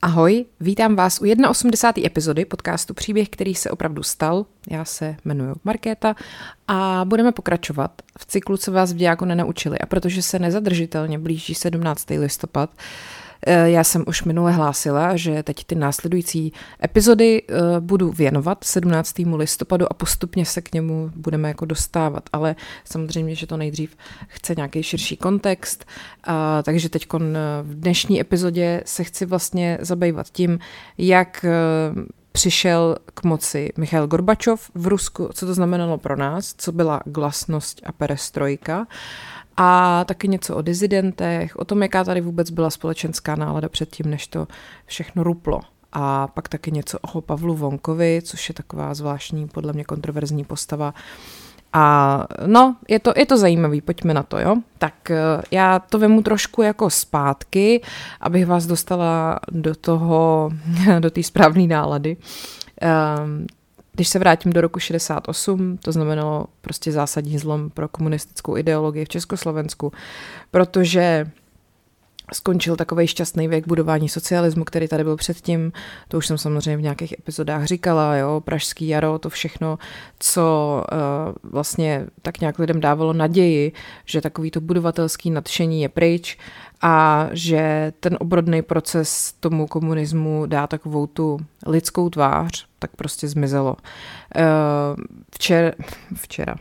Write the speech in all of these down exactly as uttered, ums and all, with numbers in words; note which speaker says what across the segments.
Speaker 1: Ahoj, vítám vás u osmdesáté jedna epizody podcastu Příběh, který se opravdu stal. Já se jmenuji Markéta a budeme pokračovat v cyklu, co vás v Diáku nenaučili. A protože se nezadržitelně blíží sedmnáctého listopad, já jsem už minule hlásila, že teď ty následující epizody budu věnovat sedmnáctému listopadu a postupně se k němu budeme jako dostávat, ale samozřejmě, že to nejdřív chce nějaký širší kontext, a, takže teď v dnešní epizodě se chci vlastně zabývat tím, jak přišel k moci Michail Gorbačov v Rusku, co to znamenalo pro nás, co byla glasnost a perestrojka, a taky něco o disidentech, o tom, jaká tady vůbec byla společenská nálada předtím, než to všechno ruplo. A pak taky něco o Pavlu Vonkovi, což je taková zvláštní, podle mě kontroverzní postava. A no, je to, je to zajímavý, pojďme na to, jo. Tak já to vemu trošku jako zpátky, abych vás dostala do toho, do té správné nálady. Um, Když se vrátím do roku šedesát osm, to znamenalo prostě zásadní zlom pro komunistickou ideologii v Československu, protože skončil takovej šťastný věk budování socialismu, který tady byl předtím, to už jsem samozřejmě v nějakých epizodách říkala, jo, Pražský jaro, to všechno, co uh, vlastně tak nějak lidem dávalo naději, že takovýto budovatelský nadšení je pryč a že ten obrodný proces tomu komunismu dá takovou tu lidskou tvář, tak prostě zmizelo. Včer, včera.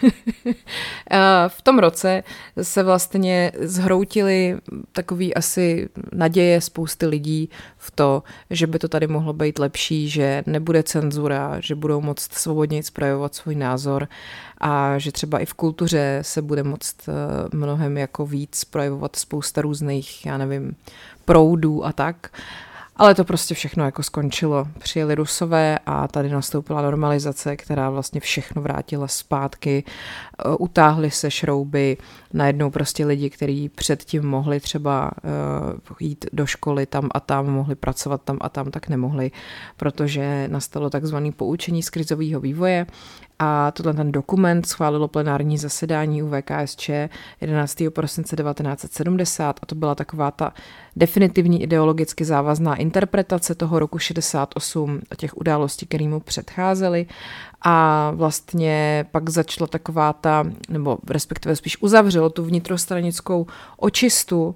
Speaker 1: V tom roce se vlastně zhroutily takový asi naděje spousty lidí v to, že by to tady mohlo být lepší, že nebude cenzura, že budou moct svobodně projevovat svůj názor a že třeba i v kultuře se bude moct mnohem jako víc projevovat spousta různých, já nevím, proudů a tak. Ale to prostě všechno jako skončilo. Přijeli Rusové a tady nastoupila normalizace, která vlastně všechno vrátila zpátky. Utáhly se šrouby, najednou prostě lidi, kteří předtím mohli třeba uh, jít do školy tam a tam, mohli pracovat tam a tam, tak nemohli, protože nastalo takzvané poučení z krizového vývoje. A tohle ten dokument schválilo plenární zasedání u V K S Č jedenáctého prosince devatenáct set sedmdesát a to byla taková ta definitivní ideologicky závazná interpretace toho roku šedesát osm a těch událostí, které mu předcházely. A vlastně pak začala taková ta, nebo respektive spíš uzavřelo tu vnitrostranickou očistu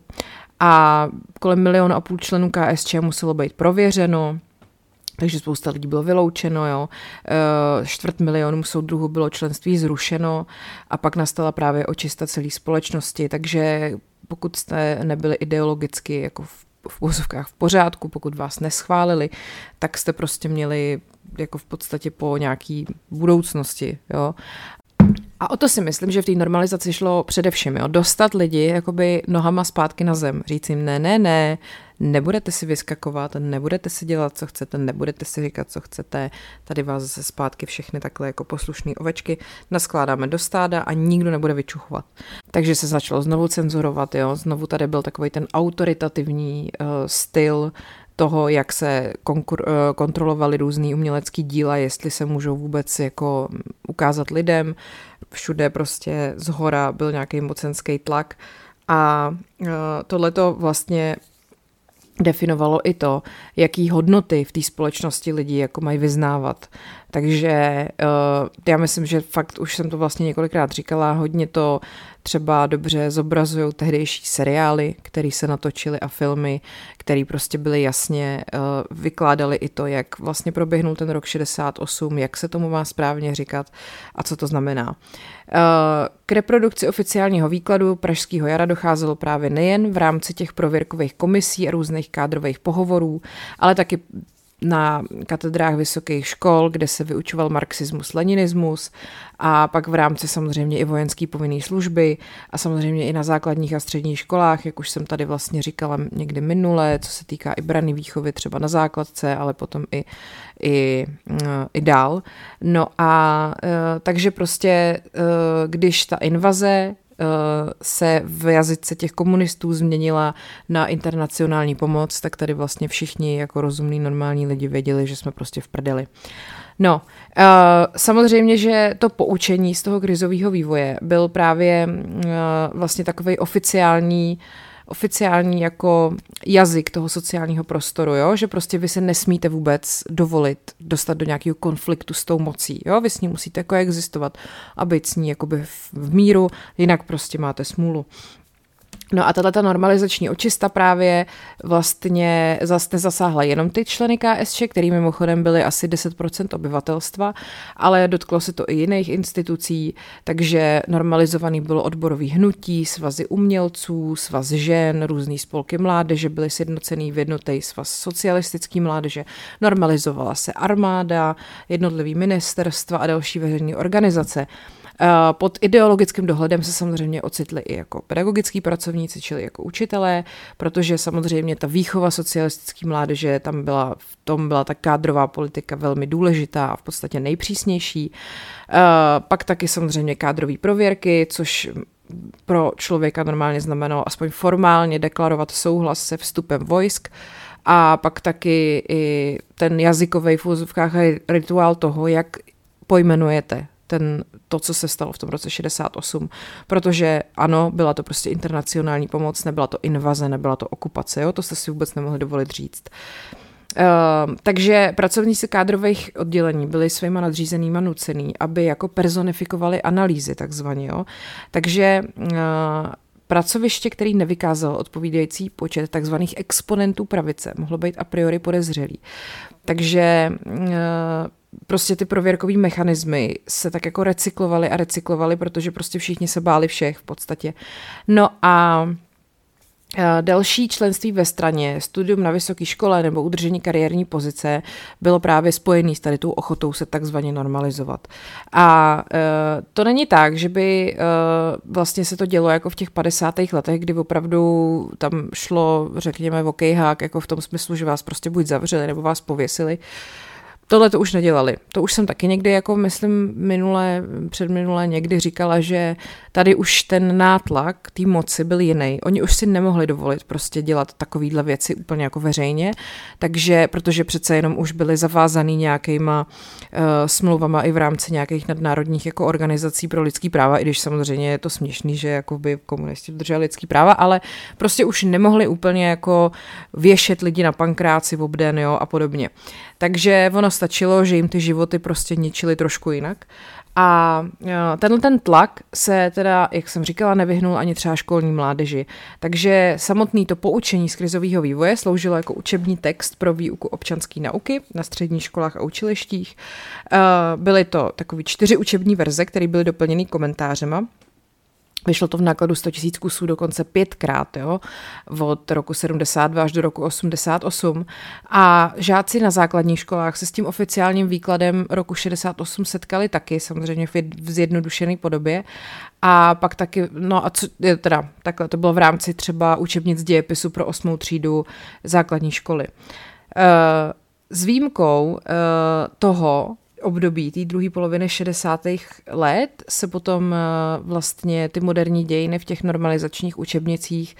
Speaker 1: a kolem milionu a půl členů K S Č muselo být prověřeno. Takže spousta lidí bylo vyloučeno, jo. Čtvrt milionu soudruhů bylo členství zrušeno a pak nastala právě očista celé společnosti, takže pokud jste nebyli ideologicky jako v, v úzovkách v pořádku, pokud vás neschválili, tak jste prostě měli jako v podstatě po nějaký budoucnosti, jo. A o to si myslím, že v té normalizaci šlo především, jo, dostat lidi jakoby nohama zpátky na zem, říct jim ne, ne, ne, nebudete si vyskakovat, nebudete si dělat, co chcete, nebudete si říkat, co chcete, tady vás zase zpátky všechny takhle jako poslušný ovečky naskládáme do stáda a nikdo nebude vyčuchovat. Takže se začalo znovu cenzurovat, jo, znovu tady byl takový ten autoritativní uh, styl toho, jak se konkur- kontrolovali různý umělecký díla, jestli se můžou vůbec jako ukázat lidem. Všude prostě zhora byl nějaký mocenský tlak a tohleto vlastně definovalo i to, jaký hodnoty v té společnosti lidi jako mají vyznávat. Takže uh, já myslím, že fakt už jsem to vlastně několikrát říkala, hodně to třeba dobře zobrazují tehdejší seriály, které se natočily a filmy, které prostě byly jasně, uh, vykládaly i to, jak vlastně proběhnul ten rok šedesát osm, jak se tomu má správně říkat a co to znamená. Uh, k reprodukci oficiálního výkladu Pražského jara docházelo právě nejen v rámci těch prověrkových komisí a různých kádrových pohovorů, ale taky na katedrách vysokých škol, kde se vyučoval marxismus, leninismus a pak v rámci samozřejmě i vojenské povinné služby a samozřejmě i na základních a středních školách, jak už jsem tady vlastně říkala někdy minule, co se týká i branné výchovy třeba na základce, ale potom i, i, i dál. No a takže prostě, když ta invaze se v jazyce těch komunistů změnila na internacionální pomoc, tak tady vlastně všichni jako rozumní normální lidi věděli, že jsme prostě v prdeli. No, uh, samozřejmě, že to poučení z toho krizového vývoje byl právě uh, vlastně takovej oficiální oficiální jako jazyk toho sociálního prostoru, jo? Že prostě vy se nesmíte vůbec dovolit dostat do nějakého konfliktu s tou mocí, jo? Vy s ní musíte koexistovat a být s ní jakoby v míru, jinak prostě máte smůlu. No a tato normalizační očista právě vlastně zase nezasáhla jenom ty členy K S Č, který mimochodem byly asi deset procent obyvatelstva, ale dotklo se to i jiných institucí, takže normalizovaný bylo odborový hnutí, svazy umělců, svaz žen, různý spolky mládeže byly sjednocený v jednotný svaz socialistický mládeže, normalizovala se armáda, jednotlivý ministerstva a další veřejné organizace. Pod ideologickým dohledem se samozřejmě ocitli i jako pedagogický pracovníci, čili jako učitelé, protože samozřejmě ta výchova socialistické mládeže, tam byla, v tom byla ta kádrová politika velmi důležitá a v podstatě nejpřísnější. Pak taky samozřejmě kádrové prověrky, což pro člověka normálně znamenalo aspoň formálně deklarovat souhlas se vstupem vojsk. A pak taky i ten jazykový v úzovkách rituál toho, jak pojmenujete ten, to, co se stalo v tom roce šedesát osm, protože ano, byla to prostě internacionální pomoc, nebyla to invaze, nebyla to okupace, jo? To jste si vůbec nemohli dovolit říct. Uh, takže pracovníci kádrových oddělení byli svýma nadřízenýma nucený, aby jako personifikovali analýzy takzvaně, jo? Takže uh, pracoviště, který nevykázalo odpovídající počet takzvaných exponentů pravice, mohlo být a priori podezřelý. Takže uh, prostě ty prověrkový mechanismy se tak jako recyklovaly a recyklovaly, protože prostě všichni se báli všech v podstatě. No a další členství ve straně, studium na vysoké škole nebo udržení kariérní pozice bylo právě spojený s tady tou ochotou se takzvaně normalizovat. A e, to není tak, že by e, vlastně se to dělo jako v těch padesátých letech, kdy opravdu tam šlo, řekněme, o kejhák, jako v tom smyslu, že vás prostě buď zavřeli nebo vás pověsili. Tohle to už nedělali. To už jsem taky někdy, jako myslím, minule, předminule někdy říkala, že tady už ten nátlak té moci byl jiný. Oni už si nemohli dovolit prostě dělat takovýhle věci úplně jako veřejně, takže, protože přece jenom už byli zavázaný nějakýma uh, smlouvama i v rámci nějakých nadnárodních jako organizací pro lidský práva, i když samozřejmě je to směšný, že jako by komunisti drželi lidský práva, ale prostě už nemohli úplně jako věšet lidi na pankráci v obden, jo, a podobně. Takže ono stačilo, že jim ty životy prostě ničily trošku jinak. A tenhle ten tlak se teda, jak jsem říkala, nevyhnul ani třeba školní mládeži. Takže samotný to poučení z krizového vývoje sloužilo jako učební text pro výuku občanské nauky na středních školách a učilištích. Byly to takové čtyři učební verze, které byly doplněny komentářema. Vyšlo to v nákladu sto tisíc kusů dokonce pětkrát, jo, od roku sedmdesát dva až do roku osmdesát osm. A žáci na základních školách se s tím oficiálním výkladem roku šedesát osm setkali taky, samozřejmě v zjednodušené podobě. A pak taky, no a co, teda, takhle, to bylo v rámci třeba učebnic dějepisu pro osmou třídu základní školy. S výjimkou toho, období té druhé poloviny šedesátých let se potom vlastně ty moderní dějiny v těch normalizačních učebnicích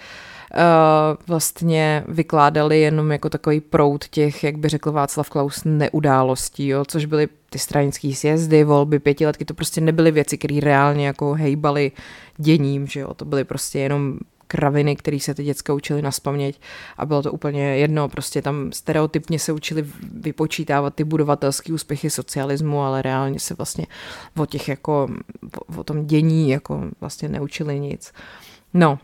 Speaker 1: vlastně vykládaly jenom jako takový proud těch, jak by řekl Václav Klaus, neudálostí, jo? Což byly ty stranické sjezdy, volby, pětiletky, to prostě nebyly věci, které reálně jako hejbaly děním, že jo? To byly prostě jenom kraviny, který se ty děcka učili naspaměť a bylo to úplně jedno, prostě tam stereotypně se učili vypočítávat ty budovatelské úspěchy socialismu, ale reálně se vlastně o těch jako, o tom dění jako vlastně neučili nic. No,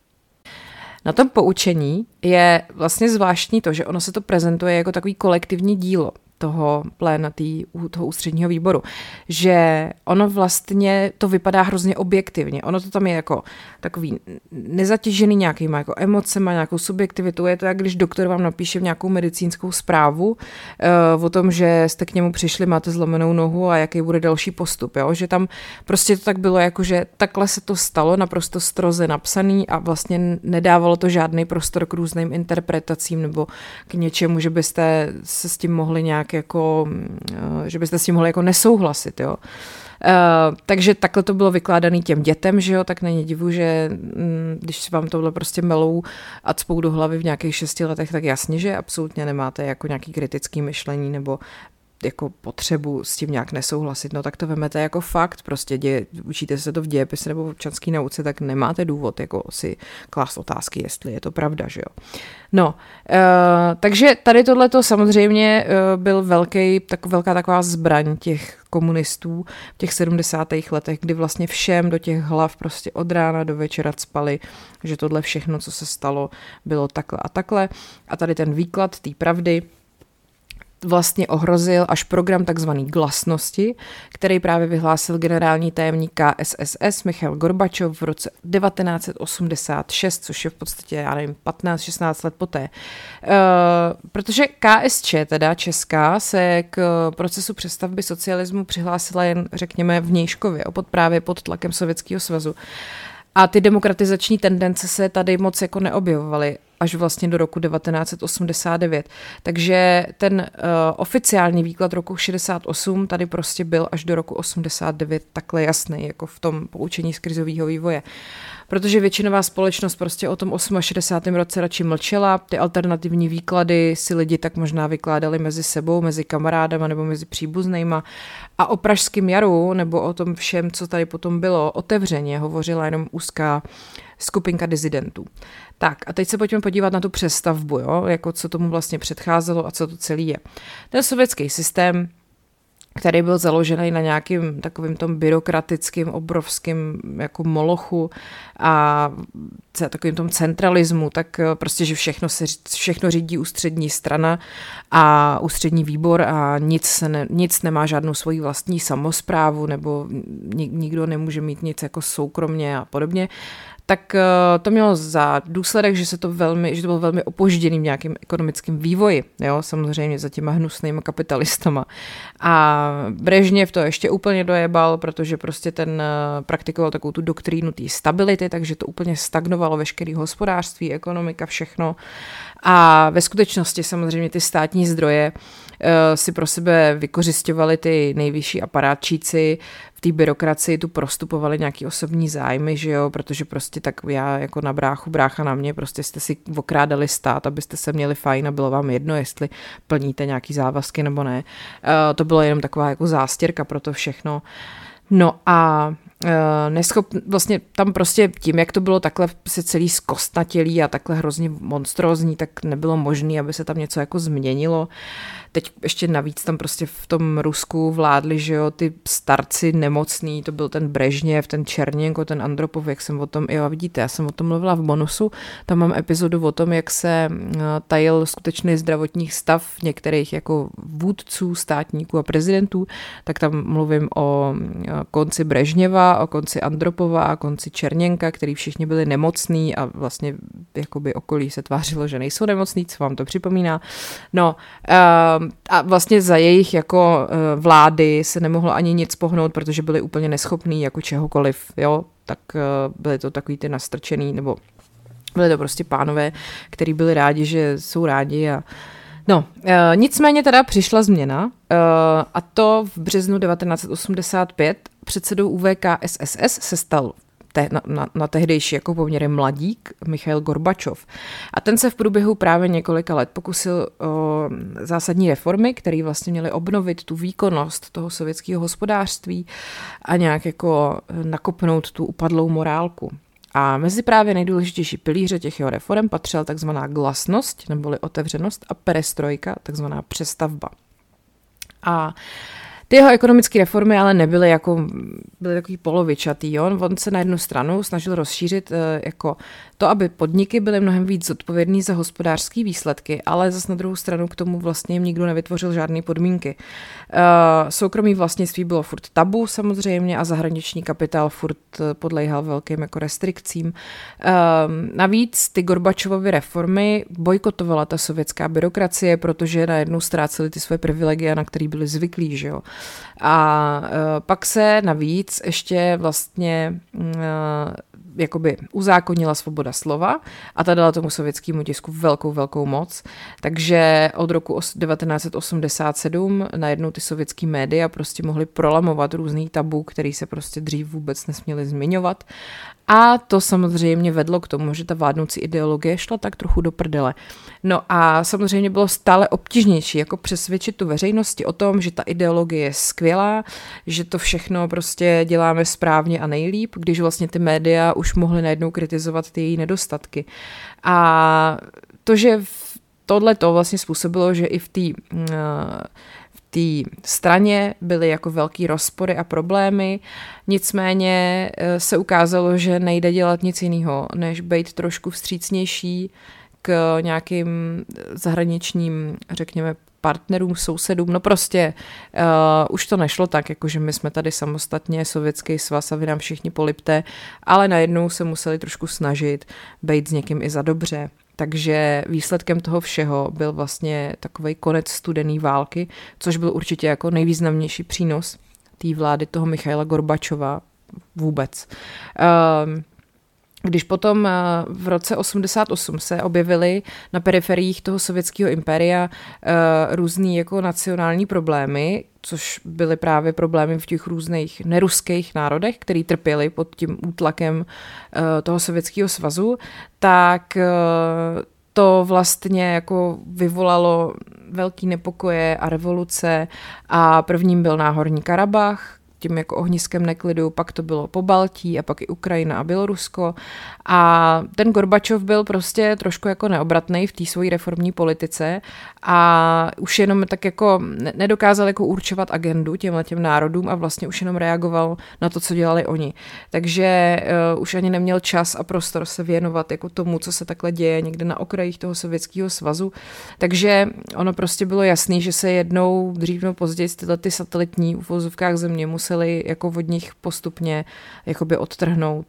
Speaker 1: na tom poučení je vlastně zvláštní to, že ono se to prezentuje jako takový kolektivní dílo toho pléna, tý, toho ústředního výboru, že ono vlastně to vypadá hrozně objektivně. Ono to tam je jako takový nezatěžený nějakýma jako emocema, nějakou subjektivitou. Je to, jak když doktor vám napíše v nějakou medicínskou zprávu uh, o tom, že jste k němu přišli, máte zlomenou nohu a jaký bude další postup. Jo? Že tam prostě to tak bylo, jako že takhle se to stalo, naprosto stroze napsaný a vlastně nedávalo to žádný prostor k různým interpretacím nebo k něčemu, že byste se s tím mohli nějak jako, že byste s tím mohli jako nesouhlasit, jo. Uh, takže takhle to bylo vykládané těm dětem, že jo, tak není divu, že mm, když vám tohle prostě melou a cpou do hlavy v nějakých šesti letech, tak jasně, že absolutně nemáte jako nějaký kritický myšlení nebo jako potřebu s tím nějak nesouhlasit, no tak to vemete jako fakt, prostě děje, učíte se to v dějepise nebo v občanské nauce, tak nemáte důvod jako si klást otázky, jestli je to pravda, že jo. No, uh, takže tady tohleto samozřejmě uh, byl velký, tak, velká taková zbraň těch komunistů v těch sedmdesátých letech, kdy vlastně všem do těch hlav prostě od rána do večera cpali, že tohle všechno, co se stalo, bylo takhle a takhle. A tady ten výklad té pravdy vlastně ohrozil až program takzvaný Glasnosti, který právě vyhlásil generální tajemník K S S S Michail Gorbačov v roce devatenáct set osmdesát šest, což je v podstatě, já nevím, patnáct šestnáct let poté. Uh, protože K S Č, teda česká, se k procesu přestavby socialismu přihlásila jen, řekněme, vnějškově, opod právě pod tlakem Sovětského svazu. A ty demokratizační tendence se tady moc jako neobjevovaly až vlastně do roku devatenáct set osmdesát devět. Takže ten uh, oficiální výklad roku šedesát osm tady prostě byl až do roku osmdesát devět takhle jasný, jako v tom poučení z krizového vývoje. Protože většinová společnost prostě o tom šedesátém osmém roce radši mlčela, ty alternativní výklady si lidi tak možná vykládali mezi sebou, mezi kamarádama nebo mezi příbuznejma. A o Pražském jaru nebo o tom všem, co tady potom bylo, otevřeně hovořila jenom úzká skupinka disidentů. Tak a teď se pojďme podívat na tu přestavbu, jo? Jako co tomu vlastně předcházelo a co to celý je. Ten sovětský systém, který byl založený na nějakým takovým tom byrokratickým, obrovským jako molochu a takovým tom centralismu, tak prostě, že všechno, se, všechno řídí ústřední strana a ústřední výbor a nic, se ne, nic nemá žádnou svoji vlastní samosprávu nebo nikdo nemůže mít nic jako soukromně a podobně. Tak to mělo za důsledek, že se to velmi, že to bylo velmi opožděný v nějakém ekonomickém vývoji, jo, samozřejmě za těma hnusnýma kapitalistama. A Brežněv to ještě úplně dojebal, protože prostě ten praktikoval takovou tu doktrínu té stability, takže to úplně stagnovalo veškerý hospodářství, ekonomika, všechno. A ve skutečnosti samozřejmě ty státní zdroje uh, si pro sebe vykořisťovali ty nejvyšší aparátčíci, v té byrokracii tu prostupovali nějaký osobní zájmy, že jo, protože prostě tak já jako na bráchu, brácha na mě, prostě jste si okrádali stát, abyste se měli fajn a bylo vám jedno, jestli plníte nějaký závazky nebo ne. Uh, to bylo jenom taková jako zástěrka pro to všechno. No a uh, neschop, vlastně tam prostě tím, jak to bylo takhle se celý zkostnatělý a takhle hrozně monstrózní, tak nebylo možné, aby se tam něco jako změnilo. Teď ještě navíc tam prostě v tom Rusku vládli, že jo, ty starci nemocný, to byl ten Brežněv, ten Černěnko, ten Andropov, jak jsem o tom, jo, vidíte, já jsem o tom mluvila v bonusu, tam mám epizodu o tom, jak se tajil skutečný zdravotní stav některých jako vůdců, státníků a prezidentů, tak tam mluvím o konci Brežněva, o konci Andropova a konci Černěnka, který všichni byli nemocní a vlastně jakoby okolí se tvářilo, že nejsou nemocní, co vám to připomíná. No, uh, a vlastně za jejich jako uh, vlády se nemohlo ani nic pohnout, protože byli úplně neschopní jako čehokoliv, jo, tak uh, byly to takový ty nastrčený, nebo byly to prostě pánové, kteří byli rádi, že jsou rádi a no, e, nicméně teda přišla změna e, a to v březnu devatenáct set osmdesát pět předsedou U V K S S S se stal te, na, na, na tehdejší jako poměry mladík Michail Gorbačov. A ten se v průběhu právě několika let pokusil o zásadní reformy, které vlastně měly obnovit tu výkonnost toho sovětského hospodářství a nějak jako nakopnout tu upadlou morálku. A mezi právě nejdůležitější pilíře těch jeho reform patřila takzvaná glasnost, neboli otevřenost, a perestrojka, takzvaná přestavba. A ty jeho ekonomické reformy ale nebyly jako, byly takový polovičatý. Jo? On se na jednu stranu snažil rozšířit jako to, aby podniky byly mnohem víc zodpovědný za hospodářské výsledky, ale zase na druhou stranu k tomu vlastně jim nikdo nevytvořil žádné podmínky. Soukromý vlastnictví bylo furt tabu samozřejmě a zahraniční kapitál furt podléhal velkým jako restrikcím. Navíc ty Gorbačovovy reformy bojkotovala ta sovětská byrokracie, protože najednou ztráceli ty své privilegia, na které byli zvyklí, že jo. A pak se navíc ještě vlastně jakoby uzákonila svoboda slova a ta dala tomu sovětskému tisku velkou, velkou moc. Takže od roku devatenáct set osmdesát sedm najednou ty sovětský média prostě mohly prolamovat různý tabu, který se prostě dřív vůbec nesměly zmiňovat. A to samozřejmě vedlo k tomu, že ta vládnoucí ideologie šla tak trochu do prdele. No a samozřejmě bylo stále obtížnější jako přesvědčit tu veřejnosti o tom, že ta ideologie je skvělá, že to všechno prostě děláme správně a nejlíp, když vlastně ty média už mohly najednou kritizovat ty její nedostatky. A to, že tohle to vlastně způsobilo, že i v té té straně byly jako velký rozpory a problémy, nicméně se ukázalo, že nejde dělat nic jiného, než být trošku vstřícnější k nějakým zahraničním, řekněme, partnerům, sousedům, no prostě uh, už to nešlo tak, jakože my jsme tady samostatně Sovětský svaz a vy nám všichni polipte, ale najednou se museli trošku snažit být s někým i za dobře. Takže výsledkem toho všeho byl vlastně takovej konec studené války, což byl určitě jako nejvýznamnější přínos té vlády toho Michaila Gorbačova vůbec. Um, Když potom v roce osmdesát osm se objevily na periferiích toho sovětského impéria různý jako nacionální problémy, což byly právě problémy v těch různých neruských národech, který trpěli pod tím útlakem toho Sovětského svazu, tak to vlastně jako vyvolalo velký nepokoje a revoluce a prvním byl Náhorní Karabach, tím jako ohniskem neklidu, pak to bylo Pobaltí a pak i Ukrajina a Bělorusko a ten Gorbačov byl prostě trošku jako neobratný v té svojí reformní politice a už jenom tak jako nedokázal jako určovat agendu těmhle těm národům a vlastně už jenom reagoval na to, co dělali oni. Takže uh, už ani neměl čas a prostor se věnovat jako tomu, co se takhle děje někde na okrajích toho Sovětského svazu. Takže ono prostě bylo jasný, že se jednou dřív nebo později tyhle ty satelitní v uvozovkách země museli jako od nich postupně jakoby odtrhnout.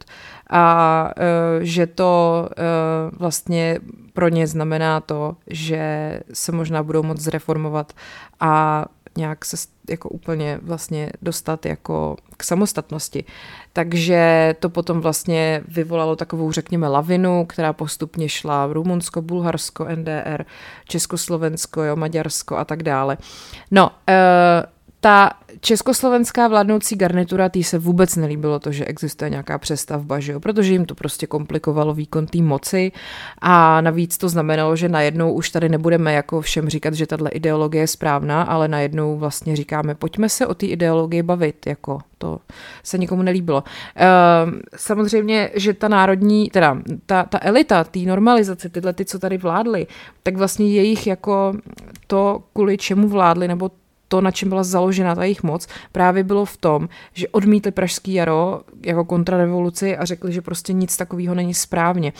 Speaker 1: A e, že to e, vlastně pro ně znamená to, že se možná budou moct zreformovat a nějak se jako úplně vlastně dostat jako k samostatnosti. Takže to potom vlastně vyvolalo takovou, řekněme, lavinu, která postupně šla v Rumunsko, Bulharsko, N D R, Československo, jo, Maďarsko a tak dále. No, e, ta československá vládnoucí garnitura, tý se vůbec nelíbilo to, že existuje nějaká přestavba, že jo? Protože jim to prostě komplikovalo výkon té moci a navíc to znamenalo, že najednou už tady nebudeme jako všem říkat, že tahle ideologie je správná, ale najednou vlastně říkáme, pojďme se o té ideologii bavit, jako to se nikomu nelíbilo. Ehm, samozřejmě, že ta národní, teda ta, ta elita, té normalizace, tyhle ty, co tady vládly, tak vlastně jejich jako to, kvůli čemu vládli, nebo to, na čem byla založena ta jejich moc, právě bylo v tom, že odmítli Pražský jaro jako kontrarevoluci a řekli, že prostě nic takového není správně.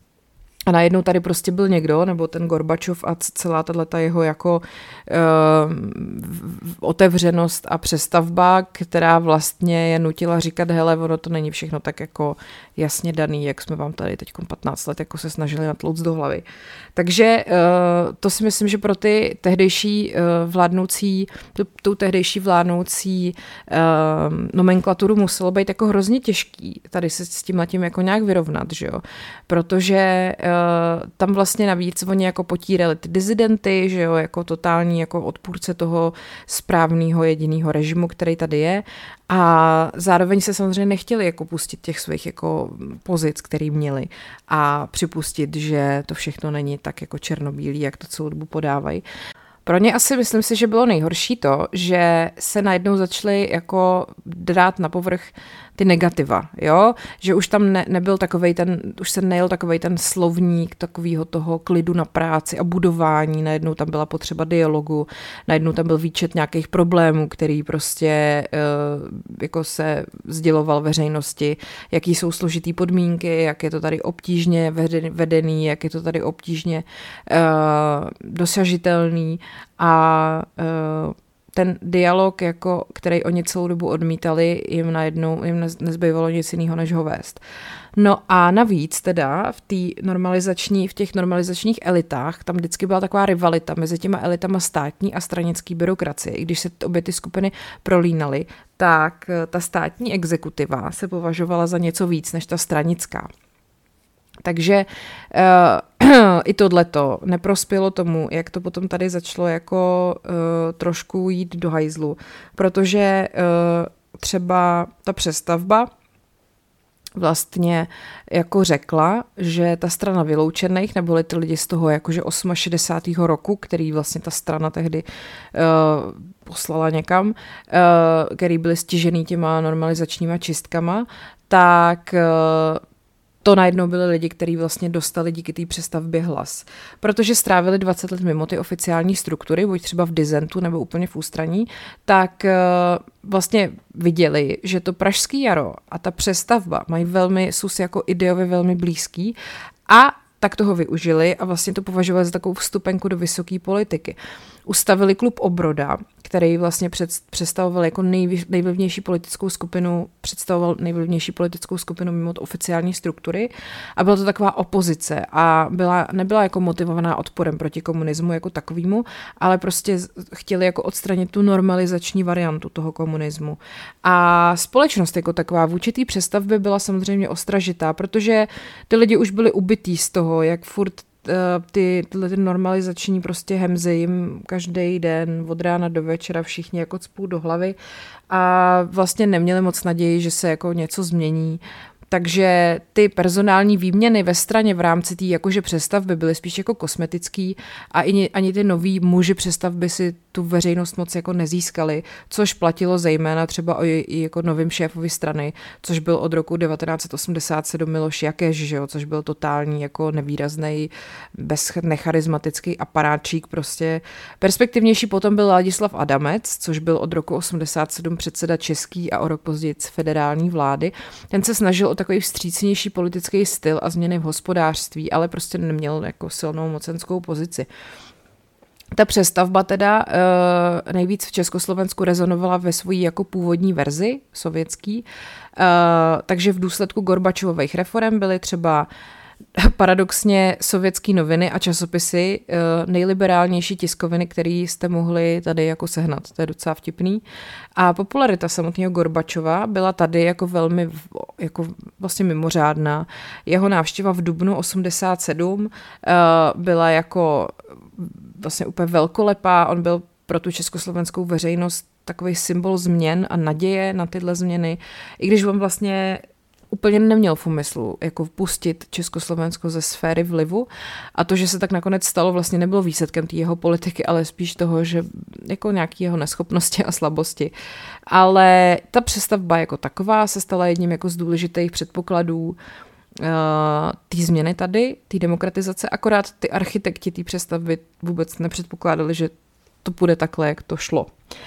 Speaker 1: A najednou tady prostě byl někdo, nebo ten Gorbačov a celá tato jeho jako uh, otevřenost a přestavba, která vlastně je nutila říkat, hele, ono to není všechno tak jako jasně daný, jak jsme vám tady teď patnáct let jako se snažili natlouct do hlavy. Takže uh, to si myslím, že pro ty tehdejší uh, vládnoucí, tu, tu tehdejší vládnoucí uh, nomenklaturu muselo být jako hrozně těžký tady se s tím tím jako nějak vyrovnat, že jo? Protože uh, tam vlastně navíc oni jako potírali ty dizidenty, že jo, jako totální jako odpůrce toho správného jediného režimu, který tady je a zároveň se samozřejmě nechtěli jako pustit těch svých jako pozic, který měli a připustit, že to všechno není tak jako černobílý, jak to celou dobu podávají. Pro ně asi myslím si, že bylo nejhorší to, že se najednou začaly jako dát na povrch ty negativa, jo, že už tam ne, nebyl takovej ten, už se nejel takovej ten slovník takového toho klidu na práci a budování, najednou tam byla potřeba dialogu, najednou tam byl výčet nějakých problémů, který prostě uh, jako se sděloval veřejnosti, jaký jsou složitý podmínky, jak je to tady obtížně vedený, jak je to tady obtížně uh, dosažitelný a uh, ten dialog, jako, který oni celou dobu odmítali, jim najednou jim nezbývalo nic jiného, než ho vést. No a navíc teda v té normalizační, v těch normalizačních elitách tam vždycky byla taková rivalita mezi těma elitama státní a stranický byrokracie. I když se obě ty skupiny prolínaly, tak ta státní exekutiva se považovala za něco víc než ta stranická. Takže uh, i tohleto neprospělo tomu, jak to potom tady začalo jako uh, trošku jít do hajzlu, protože uh, třeba ta přestavba vlastně jako řekla, že ta strana vyloučených, neboli ty lidi z toho jakože šedesátého osmého roku, který vlastně ta strana tehdy uh, poslala někam, uh, který byly stižený těma normalizačníma čistkama, tak uh, to najednou byli lidi, kteří vlastně dostali díky té přestavbě hlas. Protože strávili dvacet let mimo ty oficiální struktury, buď třeba v disentu nebo úplně v ústraní, tak vlastně viděli, že to Pražský jaro a ta přestavba mají velmi, jsou si jako ideově velmi blízký a tak toho využili a vlastně to považovali za takovou vstupenku do vysoké politiky. Ustavili klub Obroda, který vlastně před, představoval jako nejvy, nejvlivnější politickou skupinu, představoval nejvlivnější politickou skupinu mimo oficiální struktury a byla to taková opozice a byla, nebyla jako motivovaná odporem proti komunismu jako takovému, ale prostě chtěli jako odstranit tu normalizační variantu toho komunismu. A společnost jako taková v určitý přestavbě byla samozřejmě ostražitá, protože ty lidi už byli ubitý z toho, jak furt ty, tyhle ty normalizační prostě hemzy jim každý den od rána do večera všichni jako cpou do hlavy a vlastně neměli moc naději, že se jako něco změní. Takže ty personální výměny ve straně v rámci té jakože přestavby byly spíš jako kosmetický a ani, ani ty noví muži přestavby si tu veřejnost moc jako nezískali, což platilo zejména třeba o i jako novým šéfovi strany, což byl od roku devatenáct set osmdesát sedm Miloš Jakeš, že jo, což byl totální jako nevýrazný, bez necharizmatický aparáčík prostě. Perspektivnější potom byl Ladislav Adamec, což byl od roku osmdesát sedm předseda český a o rok později federální vlády. Ten se snažil o takový vstřícnější politický styl a změny v hospodářství, ale prostě neměl jako silnou mocenskou pozici. Ta přestavba teda uh, nejvíc v Československu rezonovala ve své jako původní verzi sovětský, uh, takže v důsledku Gorbačovových reforem byly třeba paradoxně sovětský noviny a časopisy nejliberálnější tiskoviny, které jste mohli tady jako sehnat. To je docela vtipný. A popularita samotného Gorbačova byla tady jako velmi jako vlastně mimořádná. Jeho návštěva v dubnu osmdesát sedm byla jako vlastně úplně velkolepá. On byl pro tu československou veřejnost takový symbol změn a naděje na tyhle změny. I když on vlastně úplně neměl v úmyslu jako vpustit Československo ze sféry vlivu a to, že se tak nakonec stalo, vlastně nebylo výsledkem té jeho politiky, ale spíš toho, že jako nějaký jeho neschopnosti a slabosti. Ale ta přestavba jako taková se stala jedním jako z důležitých předpokladů uh, té změny tady, té demokratizace, akorát ty architekti té přestavby vůbec nepředpokládali, že to půjde takhle, jak to šlo.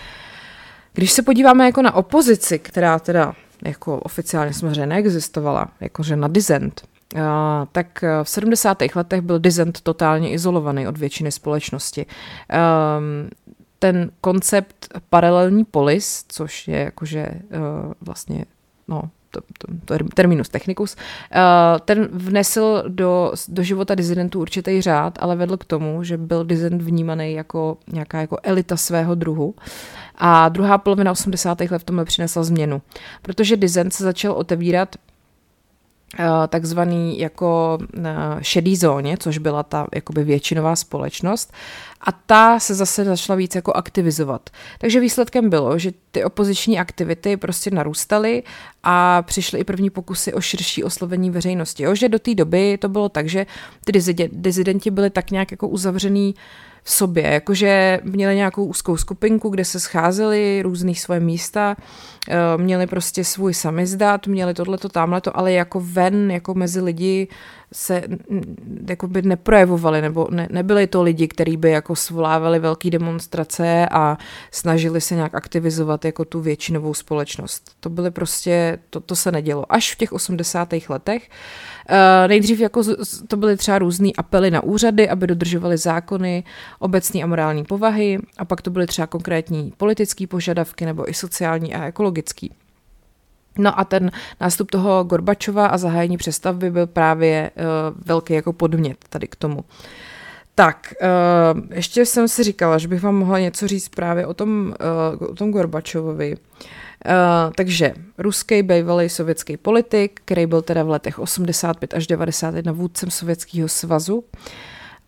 Speaker 1: Když se podíváme jako na opozici, která teda jako oficiálně samozřejmě neexistovala, jakože na dissent, uh, tak v sedmdesátých letech byl dissent totálně izolovaný od většiny společnosti. Um, ten koncept paralelní polis, což je jakože uh, vlastně, no, to, to, to terminus technicus, uh, ten vnesl do, do života disidentů určitý řád, ale vedl k tomu, že byl dissident vnímaný jako nějaká jako elita svého druhu. A druhá polovina osmdesátých let v tomhle přinesla změnu, protože dissent se začal otevírat uh, takzvaný jako uh, šedý zóně, což byla ta jakoby většinová společnost a ta se zase začala víc jako aktivizovat. Takže výsledkem bylo, že ty opoziční aktivity prostě narůstaly a přišly i první pokusy o širší oslovení veřejnosti. Jo? Že do té doby to bylo tak, že ty disidenti byli tak nějak jako uzavřený v sobě, jakože měli nějakou úzkou skupinku, kde se scházeli různý svoje místa, měli prostě svůj samizdat, měli tohleto, támhleto, ale jako ven, jako mezi lidi se jako by neprojevovali, nebo ne, nebyli to lidi, kteří by jako svolávali velké demonstrace a snažili se nějak aktivizovat jako tu většinovou společnost. To byly prostě, to, to se nedělo. Až v těch osmdesátých letech. Uh, nejdřív jako to byly třeba různý apely na úřady, aby dodržovali zákony obecné a morální povahy a pak to byly třeba konkrétní politické požadavky nebo i sociální a ekologický. No a ten nástup toho Gorbačova a zahájení přestavby byl právě uh, velký jako podmět tady k tomu. Tak, uh, ještě jsem si říkala, že bych vám mohla něco říct právě o tom, uh, o tom Gorbačovovi. Uh, takže ruský bývalý sovětský politik, který byl teda v letech osmdesát pět až devadesát jedna vůdcem Sovětského svazu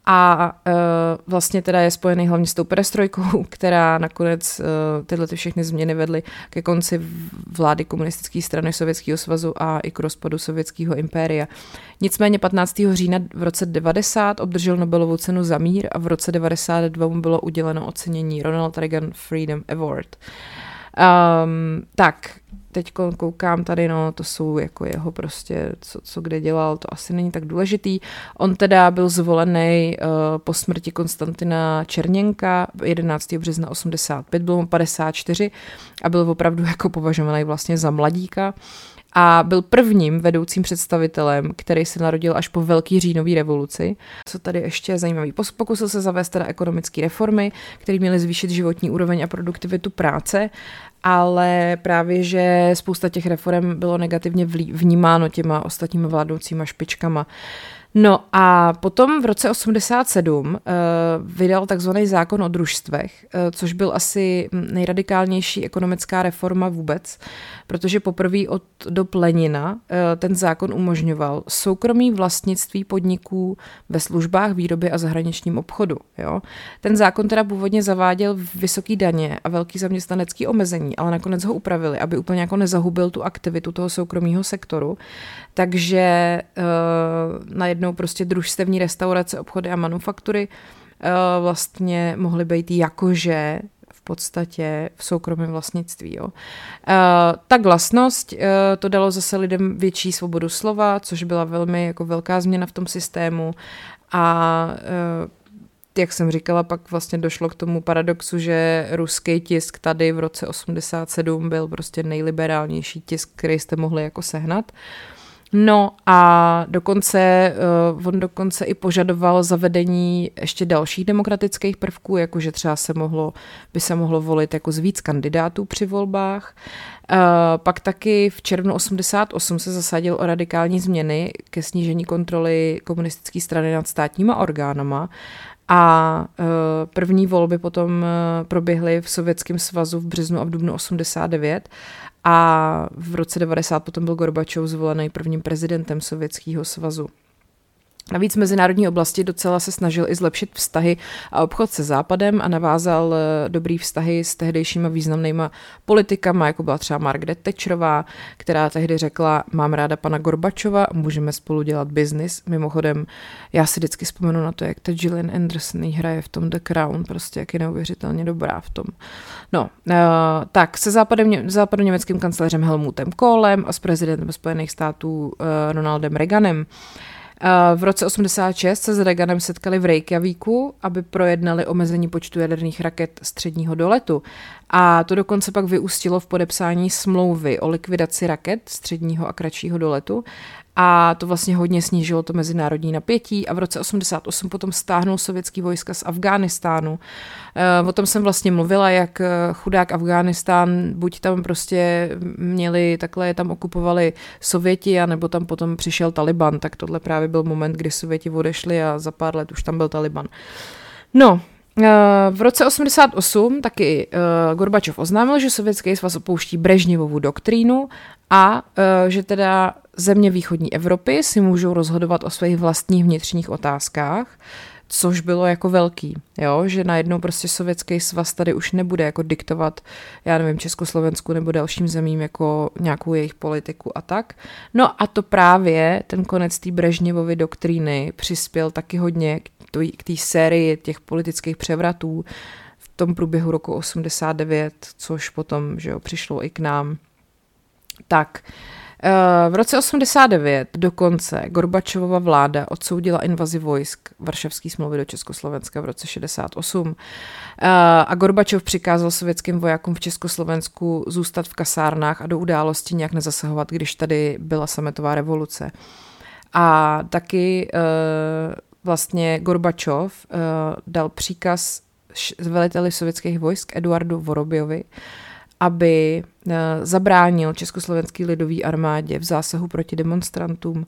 Speaker 1: a uh, vlastně teda je spojený hlavně s tou perestrojkou, která nakonec uh, tyhle ty všechny změny vedly ke konci vlády komunistické strany Sovětského svazu a i k rozpadu Sovětského impéria. Nicméně patnáctého října v roce devadesát obdržel Nobelovu cenu za mír a v roce devadesát dva mu bylo uděleno ocenění Ronald Reagan Freedom Award. Um, tak, teď koukám tady, no, to jsou jako jeho prostě, co, co kde dělal, to asi není tak důležitý. On teda byl zvolený uh, po smrti Konstantina Černěnka jedenáctého března osmdesát pět, bylo mu padesát čtyři a byl opravdu jako považovaný vlastně za mladíka. A byl prvním vedoucím představitelem, který se narodil až po Velké říjnové revoluci. Co tady ještě je zajímavý. Pokusil se zavést teda ekonomické reformy, které měly zvýšit životní úroveň a produktivitu práce, ale právě, že spousta těch reform bylo negativně vnímáno těma ostatními vládnoucíma špičkama. No a potom v roce osmdesát sedm uh, vydal takzvaný zákon o družstvech, uh, což byl asi nejradikálnější ekonomická reforma vůbec, protože poprvé od dob Lenina uh, ten zákon umožňoval soukromý vlastnictví podniků ve službách, výrobě a zahraničním obchodu. Jo? Ten zákon teda původně zaváděl vysoký daně a velký zaměstnanecký omezení, ale nakonec ho upravili, aby úplně jako nezahubil tu aktivitu toho soukromého sektoru. Takže uh, najednou prostě družstevní restaurace, obchody a manufaktury uh, vlastně mohly být jakože v podstatě v soukromém vlastnictví. Jo. Uh, ta glasnost, uh, to dalo zase lidem větší svobodu slova, což byla velmi jako velká změna v tom systému a uh, jak jsem říkala, pak vlastně došlo k tomu paradoxu, že ruský tisk tady v roce osmdesát sedm byl prostě nejliberálnější tisk, který jste mohli jako sehnat. No a dokonce, uh, on dokonce i požadoval zavedení ještě dalších demokratických prvků, jakože třeba se mohlo, by se mohlo volit jako z víc kandidátů při volbách. Uh, pak taky v červnu osmdesát osm se zasadil o radikální změny ke snížení kontroly komunistické strany nad státníma orgánama. A uh, první volby potom uh, proběhly v Sovětském svazu v březnu a v dubnu osmdesát devět a v roce devadesát potom byl Gorbačov zvolený prvním prezidentem Sovětského svazu. Navíc v mezinárodní oblasti docela se snažil i zlepšit vztahy a obchod se Západem a navázal dobrý vztahy s tehdejšíma významnýma politikama, jako byla třeba Margaret Thatcherová, která tehdy řekla, mám ráda pana Gorbačova, můžeme spolu dělat biznis. Mimochodem, já si vždycky vzpomenu na to, jak ta Gillian Anderson hraje v tom The Crown, prostě jak je neuvěřitelně dobrá v tom. No, uh, tak se západem, západoněmeckým kancléřem Helmutem Kohlem a s prezidentem Spojených států uh, Ronaldem Reaganem. V roce osmdesát šest se s Reaganem setkali v Reykjavíku, aby projednali omezení počtu jaderných raket středního doletu. A to dokonce pak vyústilo v podepsání smlouvy o likvidaci raket středního a kratšího doletu. A to vlastně hodně snížilo to mezinárodní napětí a v roce osmdesát osm potom stáhnul sovětský vojska z Afghánistánu. O tom jsem vlastně mluvila, jak chudák Afghánistán, buď tam prostě měli, takhle je tam okupovali Sověti, anebo tam potom přišel Taliban, tak tohle právě byl moment, kdy Sověti odešli a za pár let už tam byl Taliban. No, v roce osmdesát osm taky Gorbačov oznámil, že Sovětský svaz opouští Brežněvovu doktrínu a že teda země východní Evropy si můžou rozhodovat o svých vlastních vnitřních otázkách, což bylo jako velký, jo? Že najednou prostě Sovětský svaz tady už nebude jako diktovat, já nevím, Československu nebo dalším zemím jako nějakou jejich politiku a tak. No a to právě ten konec té Brežněvovy doktríny přispěl taky hodně k té sérii těch politických převratů v tom průběhu roku osmdesát devět, což potom, že jo, přišlo i k nám. Tak, v roce osmdesát devět dokonce Gorbačovova vláda odsoudila invazi vojsk Varšavské smlouvy do Československa v roce šedesát osm a Gorbačov přikázal sovětským vojákům v Československu zůstat v kasárnách a do události nějak nezasahovat, když tady byla sametová revoluce. A taky vlastně Gorbačov dal příkaz veliteli sovětských vojsk Eduardu Vorobjovi, aby zabránil Československé lidové armádě v zásahu proti demonstrantům.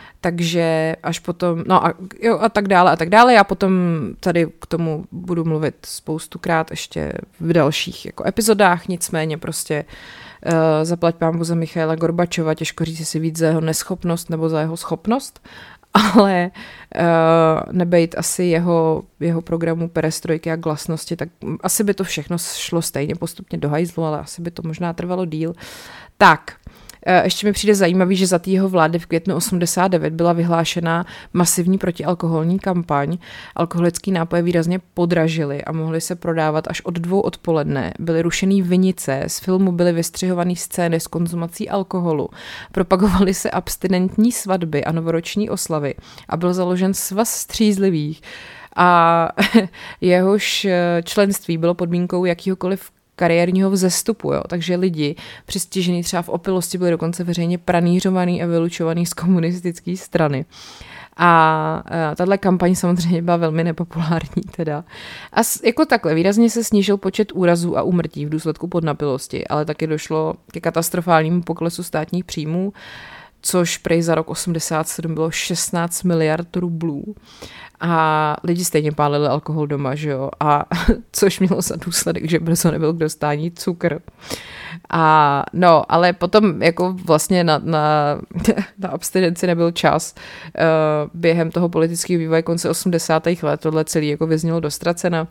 Speaker 1: Takže až potom, no a, jo, a tak dále a tak dále. Já potom tady k tomu budu mluvit spoustukrát ještě v dalších jako epizodách, nicméně prostě uh, zaplať pánbu za Michaila Gorbačova, těžko říct si víc za jeho neschopnost nebo za jeho schopnost, ale uh, nebejt asi jeho, jeho programu perestrojky a glasnosti, tak asi by to všechno šlo stejně postupně do hajzlu, ale asi by to možná trvalo díl. Tak, ještě mi přijde zajímavý, že za té jeho vlády v květnu osmdesát devět byla vyhlášena masivní protialkoholní kampaň. Alkoholický nápoje výrazně podražily a mohly se prodávat až od dvou odpoledne. Byly rušený vinice, z filmu byly vystřihované scény s konzumací alkoholu. Propagovaly se abstinentní svatby a novoroční oslavy a byl založen svaz střízlivých. A jehož členství bylo podmínkou jakýhokoliv kariérního vzestupu, jo. Takže lidi přistižení třeba v opilosti byli dokonce veřejně pranířovaný a vylučovaný z komunistické strany. A tahle kampaň samozřejmě byla velmi nepopulární teda. A jako takhle výrazně se snížil počet úrazů a úmrtí v důsledku podnapilosti, ale taky došlo ke katastrofálnímu poklesu státních příjmů, což prej za rok osmdesát sedm bylo šestnáct miliard rublů. A lidi stejně pálili alkohol doma, že jo, a což mělo za důsledek, že brzo nebyl k dostání cukr. A no, ale potom jako vlastně na, na, na abstinenci nebyl čas. Uh, během toho politického vývoje konce osmdesátých let tohle celý jako vyznělo do ztracena.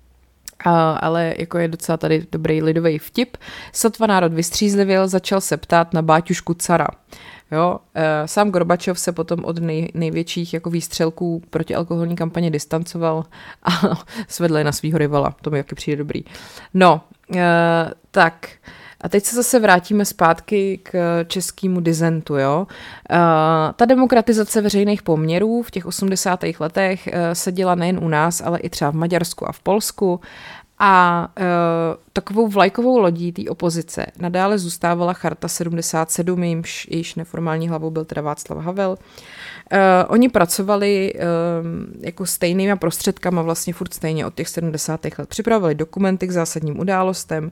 Speaker 1: A, ale jako je docela tady dobrý lidový vtip. Sotva národ vystřízlivěl, začal se ptát na báťušku cara. Jo, e, sám Gorbačov se potom od nej, největších jako výstřelků proti alkoholní kampaně distancoval a svedl je na svýho rivala. To mi jaký přijde dobrý. No, e, tak a teď se zase vrátíme zpátky k českému disentu, jo. E, ta demokratizace veřejných poměrů v těch osmdesátých letech e, se děla nejen u nás, ale i třeba v Maďarsku a v Polsku. A e, takovou vlajkovou lodí té opozice nadále zůstávala Charta sedmdesát sedm, jejímž, jejíž neformální hlavou byl teda Václav Havel. E, oni pracovali e, jako stejnýma prostředkama vlastně furt stejně od těch sedmdesátých let. Připravovali dokumenty k zásadním událostem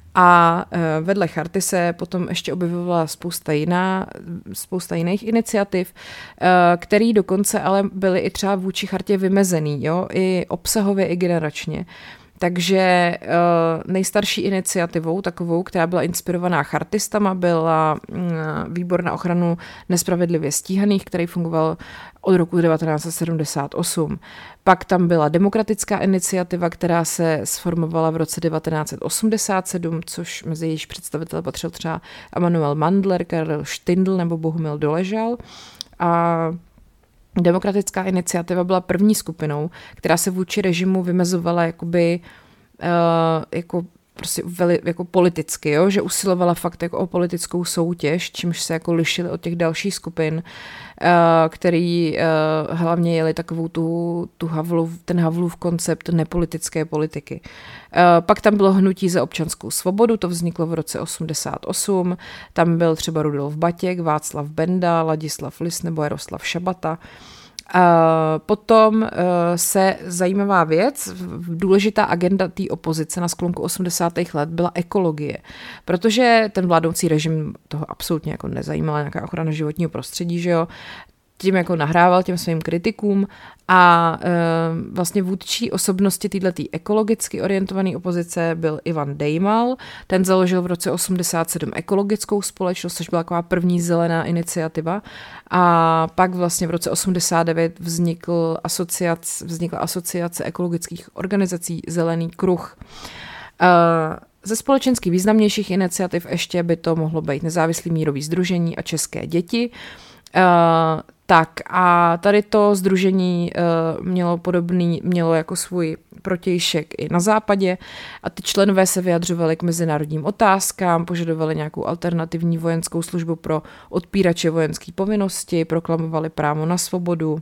Speaker 1: a e, vedle charty se potom ještě objevovala spousta, jiná, spousta jiných iniciativ, e, které dokonce ale byly i třeba vůči chartě vymezený, jo, i obsahově, i generačně. Takže nejstarší iniciativou takovou, která byla inspirovaná chartistama, byla Výbor na ochranu nespravedlivě stíhaných, který fungoval od roku devatenáct set sedmdesát osm. Pak tam byla demokratická iniciativa, která se sformovala v roce devatenáct set osmdesát sedm, což mezi jejíž představitele patřil třeba Emanuel Mandler, Karel Štindl nebo Bohumil Doležal. A demokratická iniciativa byla první skupinou, která se vůči režimu vymezovala jakoby, uh, jako prostě veli, jako politicky, jo? Že usilovala fakt jako o politickou soutěž, čímž se jako lišily od těch dalších skupin, uh, který uh, hlavně jeli takovou tu, tu Havlov, ten Havlův koncept nepolitické politiky. Uh, pak tam bylo hnutí za občanskou svobodu, to vzniklo v roce osmdesát osm, tam byl třeba Rudolf Batěk, Václav Benda, Ladislav Lis nebo Jaroslav Šabata. Uh, potom uh, se zajímavá věc, důležitá agenda té opozice na sklonku osmdesátých let byla ekologie, protože ten vládoucí režim toho absolutně jako nezajímala nějaká ochrana životního prostředí, že jo, tím jako nahrával těm svým kritikům a e, vlastně vůdčí osobnosti této ekologicky orientované opozice byl Ivan Dejmal, ten založil v roce osmdesát sedm ekologickou společnost, což byla taková první zelená iniciativa a pak vlastně v roce osmdesát devět vznikl asociac, vznikla asociace ekologických organizací Zelený kruh. E, Ze společensky významnějších iniciativ ještě by to mohlo být Nezávislý mírový sdružení a České děti. Uh, tak a tady to sdružení uh, mělo podobný, mělo jako svůj protějšek i na západě a ty členové se vyjadřovali k mezinárodním otázkám, požadovali nějakou alternativní vojenskou službu pro odpírače vojenské povinnosti, proklamovali právo na svobodu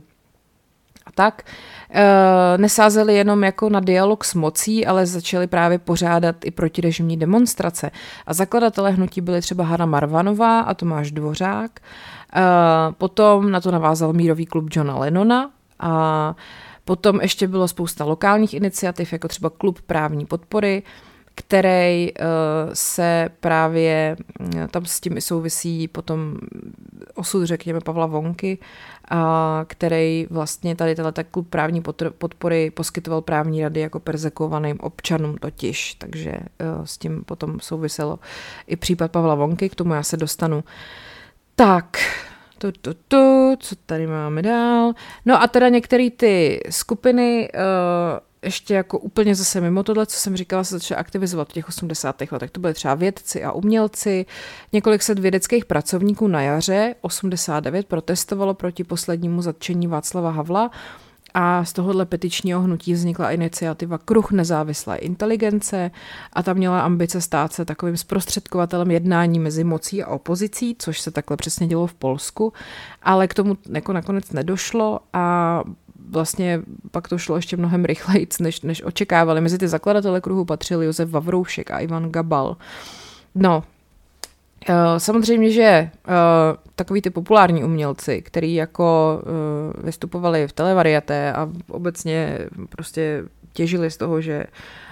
Speaker 1: a tak. E, nesázeli jenom jako na dialog s mocí, ale začali právě pořádat i protirežimní demonstrace. A zakladatelé hnutí byli třeba Hana Marvanová a Tomáš Dvořák. E, potom na to navázal mírový klub Johna Lennona a potom ještě bylo spousta lokálních iniciativ, jako třeba klub právní podpory, který uh, se právě, tam s tím i souvisí potom osud, řekněme, Pavla Vonky, a který vlastně tady tenhle klub právní podpory poskytoval právní rady jako perzekovaným občanům totiž, takže uh, s tím potom souviselo i případ Pavla Vonky, k tomu já se dostanu. Tak, Tu, tu, tu, co tady máme dál? No a teda některé ty skupiny uh, ještě jako úplně zase mimo tohle, co jsem říkala, se začaly aktivizovat v těch osmdesátých letech. To byly třeba vědci a umělci. Několik set vědeckých pracovníků na jaře osmdesát devět protestovalo proti poslednímu zatčení Václava Havla a z tohohle petičního hnutí vznikla iniciativa Kruh nezávislé inteligence a ta měla ambice stát se takovým zprostředkovatelem jednání mezi mocí a opozicí, což se takhle přesně dělo v Polsku, ale k tomu jako nakonec nedošlo a vlastně pak to šlo ještě mnohem rychleji, než, než očekávali. Mezi ty zakladatele kruhu patřili Josef Vavroušek a Ivan Gabal. No, samozřejmě, že takový ty populární umělci, který jako vystupovali v televariaté a obecně prostě těžili z toho, že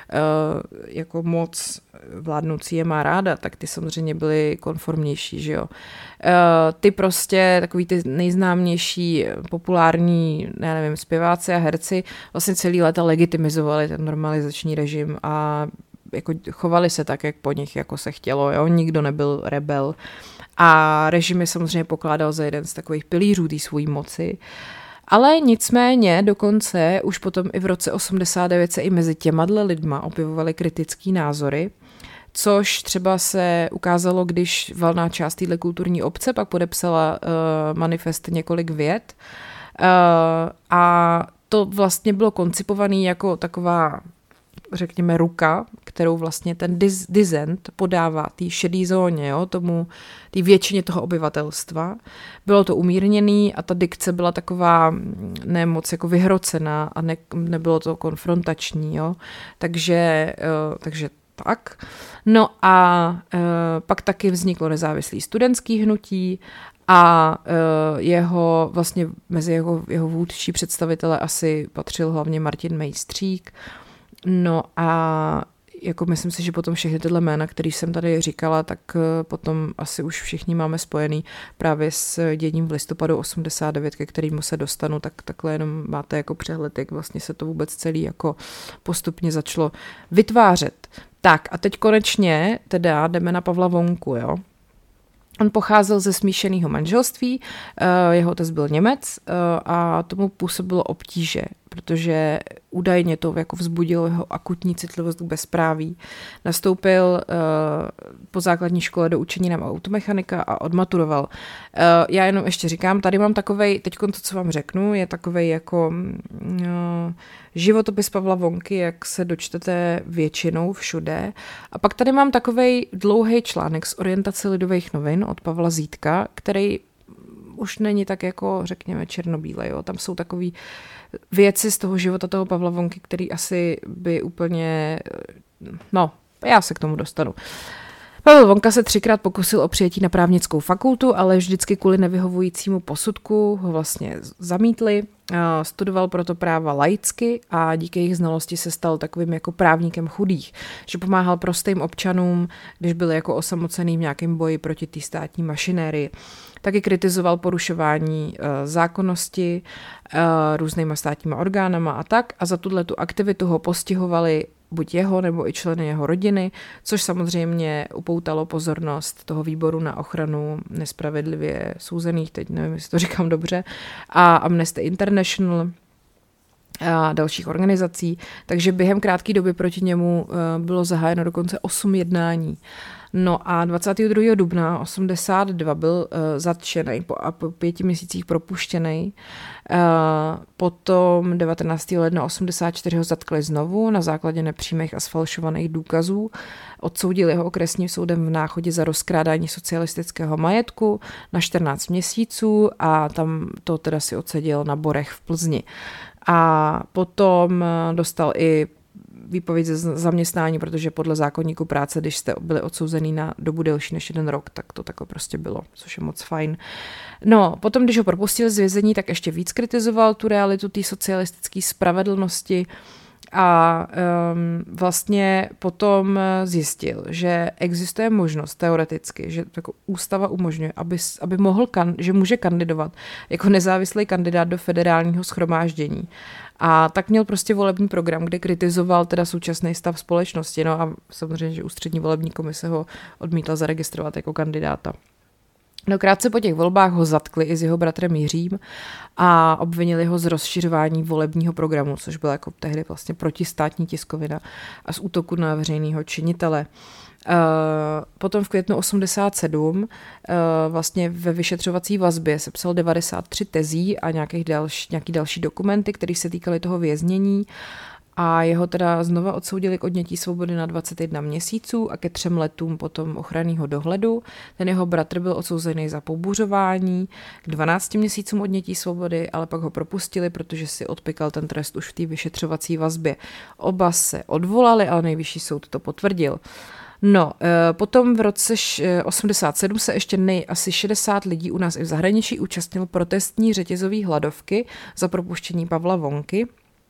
Speaker 1: jako moc vládnoucí je má ráda, tak ty samozřejmě byly konformnější, že jo. Ty prostě, takový ty nejznámější populární, já nevím, zpěváci a herci vlastně celý léta legitimizovali ten normalizační režim a jako chovali se tak, jak po nich jako se chtělo, jo, nikdo nebyl rebel a režim je samozřejmě pokládal za jeden z takových pilířů té svojí moci. Ale nicméně dokonce už potom i v roce osmdesát devět se i mezi těma lidma objevovaly kritický názory, což třeba se ukázalo, když valná část téhle kulturní obce pak podepsala uh, manifest Několik vět uh, a to vlastně bylo koncipované jako taková, řekněme, ruka, kterou vlastně ten dis- dissent podává té šedé zóně, jo, tomu, té většině toho obyvatelstva. Bylo to umírněný a ta dikce byla taková ne moc jako vyhrocená a ne, nebylo to konfrontační, jo. Takže, uh, takže tak. No a uh, pak taky vzniklo nezávislý studentský hnutí a uh, jeho, vlastně mezi jeho, jeho vůdčí představitele asi patřil hlavně Martin Mejstřík. No a jako myslím si, že potom všechny tyhle jména, které jsem tady říkala, tak potom asi už všichni máme spojený právě s děním v listopadu osmdesát devět, ke kterému se dostanu, tak takhle jenom máte jako přehled, jak vlastně se to vůbec celý jako postupně začalo vytvářet. Tak a teď konečně teda jdeme na Pavla Vonku, jo. On pocházel ze smíšeného manželství, jeho otec byl Němec a tomu působilo obtíže, protože údajně to jako vzbudilo jeho akutní citlivost k bezpráví. Nastoupil po základní škole do učení na automechanika a odmaturoval. Já jenom ještě říkám, tady mám takovej, teď to, co vám řeknu, je takovej jako no, životopis Pavla Vonky, jak se dočtete většinou všude. A pak tady mám takovej dlouhý článek z orientace Lidových novin od Pavla Zítka, který už není tak jako, řekněme, černobílej. Jo. Tam jsou takový věci z toho života toho Pavla Vonky, který asi by úplně, no, já se k tomu dostanu. Pavel Vonka se třikrát pokusil o přijetí na právnickou fakultu, ale vždycky kvůli nevyhovujícímu posudku ho vlastně zamítli. Studoval proto práva laicky a díky jejich znalosti se stal takovým jako právníkem chudých, že pomáhal prostým občanům, když byli jako osamocený v nějakém boji proti té státní mašinérii. Taky kritizoval porušování uh, zákonnosti uh, různýma státníma orgánama a tak a za tuhletu aktivitu ho postihovali buď jeho nebo i členy jeho rodiny, což samozřejmě upoutalo pozornost toho výboru na ochranu nespravedlivě souzených, teď nevím, jestli to říkám dobře, a Amnesty International a dalších organizací, takže během krátké doby proti němu uh, bylo zahájeno dokonce osm jednání. No a dvacátého druhého dubna osmdesát dva byl uh, zatčený po, a po pěti měsících propuštěný. Uh, potom devatenáctého ledna osmdesát čtyři ho zatkli znovu na základě nepřímých a sfalšovaných důkazů. Odsoudili ho okresním soudem v Náchodě za rozkrádání socialistického majetku na čtrnáct měsíců a tam to teda si odseděl na Borech v Plzni. A potom dostal i výpověď ze zaměstnání, protože podle zákoníku práce, když jste byli odsouzený na dobu delší než jeden rok, tak to takhle prostě bylo, což je moc fajn. No, potom, když ho propustili z vězení, tak ještě víc kritizoval tu realitu té socialistické spravedlnosti a um, vlastně potom zjistil, že existuje možnost teoreticky, že jako ústava umožňuje, aby, aby mohl, kan, že může kandidovat jako nezávislý kandidát do federálního shromáždění. A tak měl prostě volební program, kde kritizoval teda současný stav společnosti, no a samozřejmě, že ústřední volební komise ho odmítla zaregistrovat jako kandidáta. No krátce po těch volbách ho zatkli i s jeho bratrem Jiřím a obvinili ho z rozšiřování volebního programu, což byla jako tehdy vlastně protistátní tiskovina a z útoku na veřejného činitele. Uh, potom v květnu osmdesát sedm uh, vlastně ve vyšetřovací vazbě sepsal devadesát tři tezí a nějakých další, nějaký další dokumenty, které se týkaly toho věznění a jeho teda znova odsoudili k odnětí svobody na dvacet jedna měsíců a ke třem letům potom ochranného dohledu. Ten jeho bratr byl odsouzený za pobuřování k dvanácti měsícům odnětí svobody, ale pak ho propustili, protože si odpykal ten trest už v té vyšetřovací vazbě. Oba se odvolali, ale nejvyšší soud to potvrdil. No, potom v roce osmdesát sedm se ještě nej, asi šedesát lidí u nás i v zahraničí účastnilo protestní řetězové hladovky za propuštění Pavla Vonky.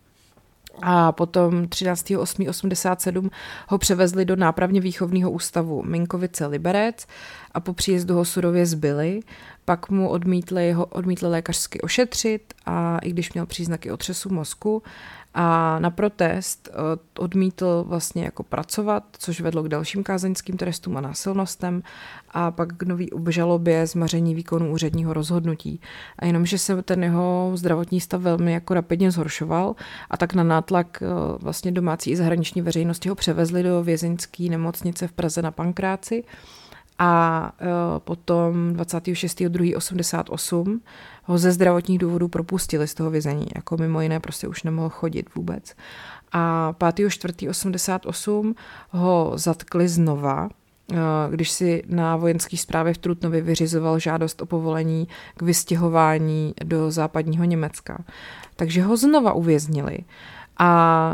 Speaker 1: A potom třináctého osmého osmdesát sedm ho převezli do nápravně výchovného ústavu Minkovice Liberec a po příjezdu ho surově zbyli. Pak mu odmítli, ho odmítli lékařsky ošetřit a i když měl příznaky otřesu mozku a na protest odmítl vlastně jako pracovat, což vedlo k dalším kázeňským trestům a násilnostem a pak k nový obžalobě zmaření výkonu úředního rozhodnutí. A jenomže se ten jeho zdravotní stav velmi jako rapidně zhoršoval a tak na nátlak vlastně domácí i zahraniční veřejnosti ho převezli do vězeňské nemocnice v Praze na Pankráci. A potom dvacátého šestého druhého osmdesát osm ho ze zdravotních důvodů propustili z toho vězení, jako mimo jiné prostě už nemohl chodit vůbec. A pátého čtvrtého osmdesát osm ho zatkli znova, když si na vojenské správě v Trutnově vyřizoval žádost o povolení k vystěhování do západního Německa. Takže ho znova uvěznili. A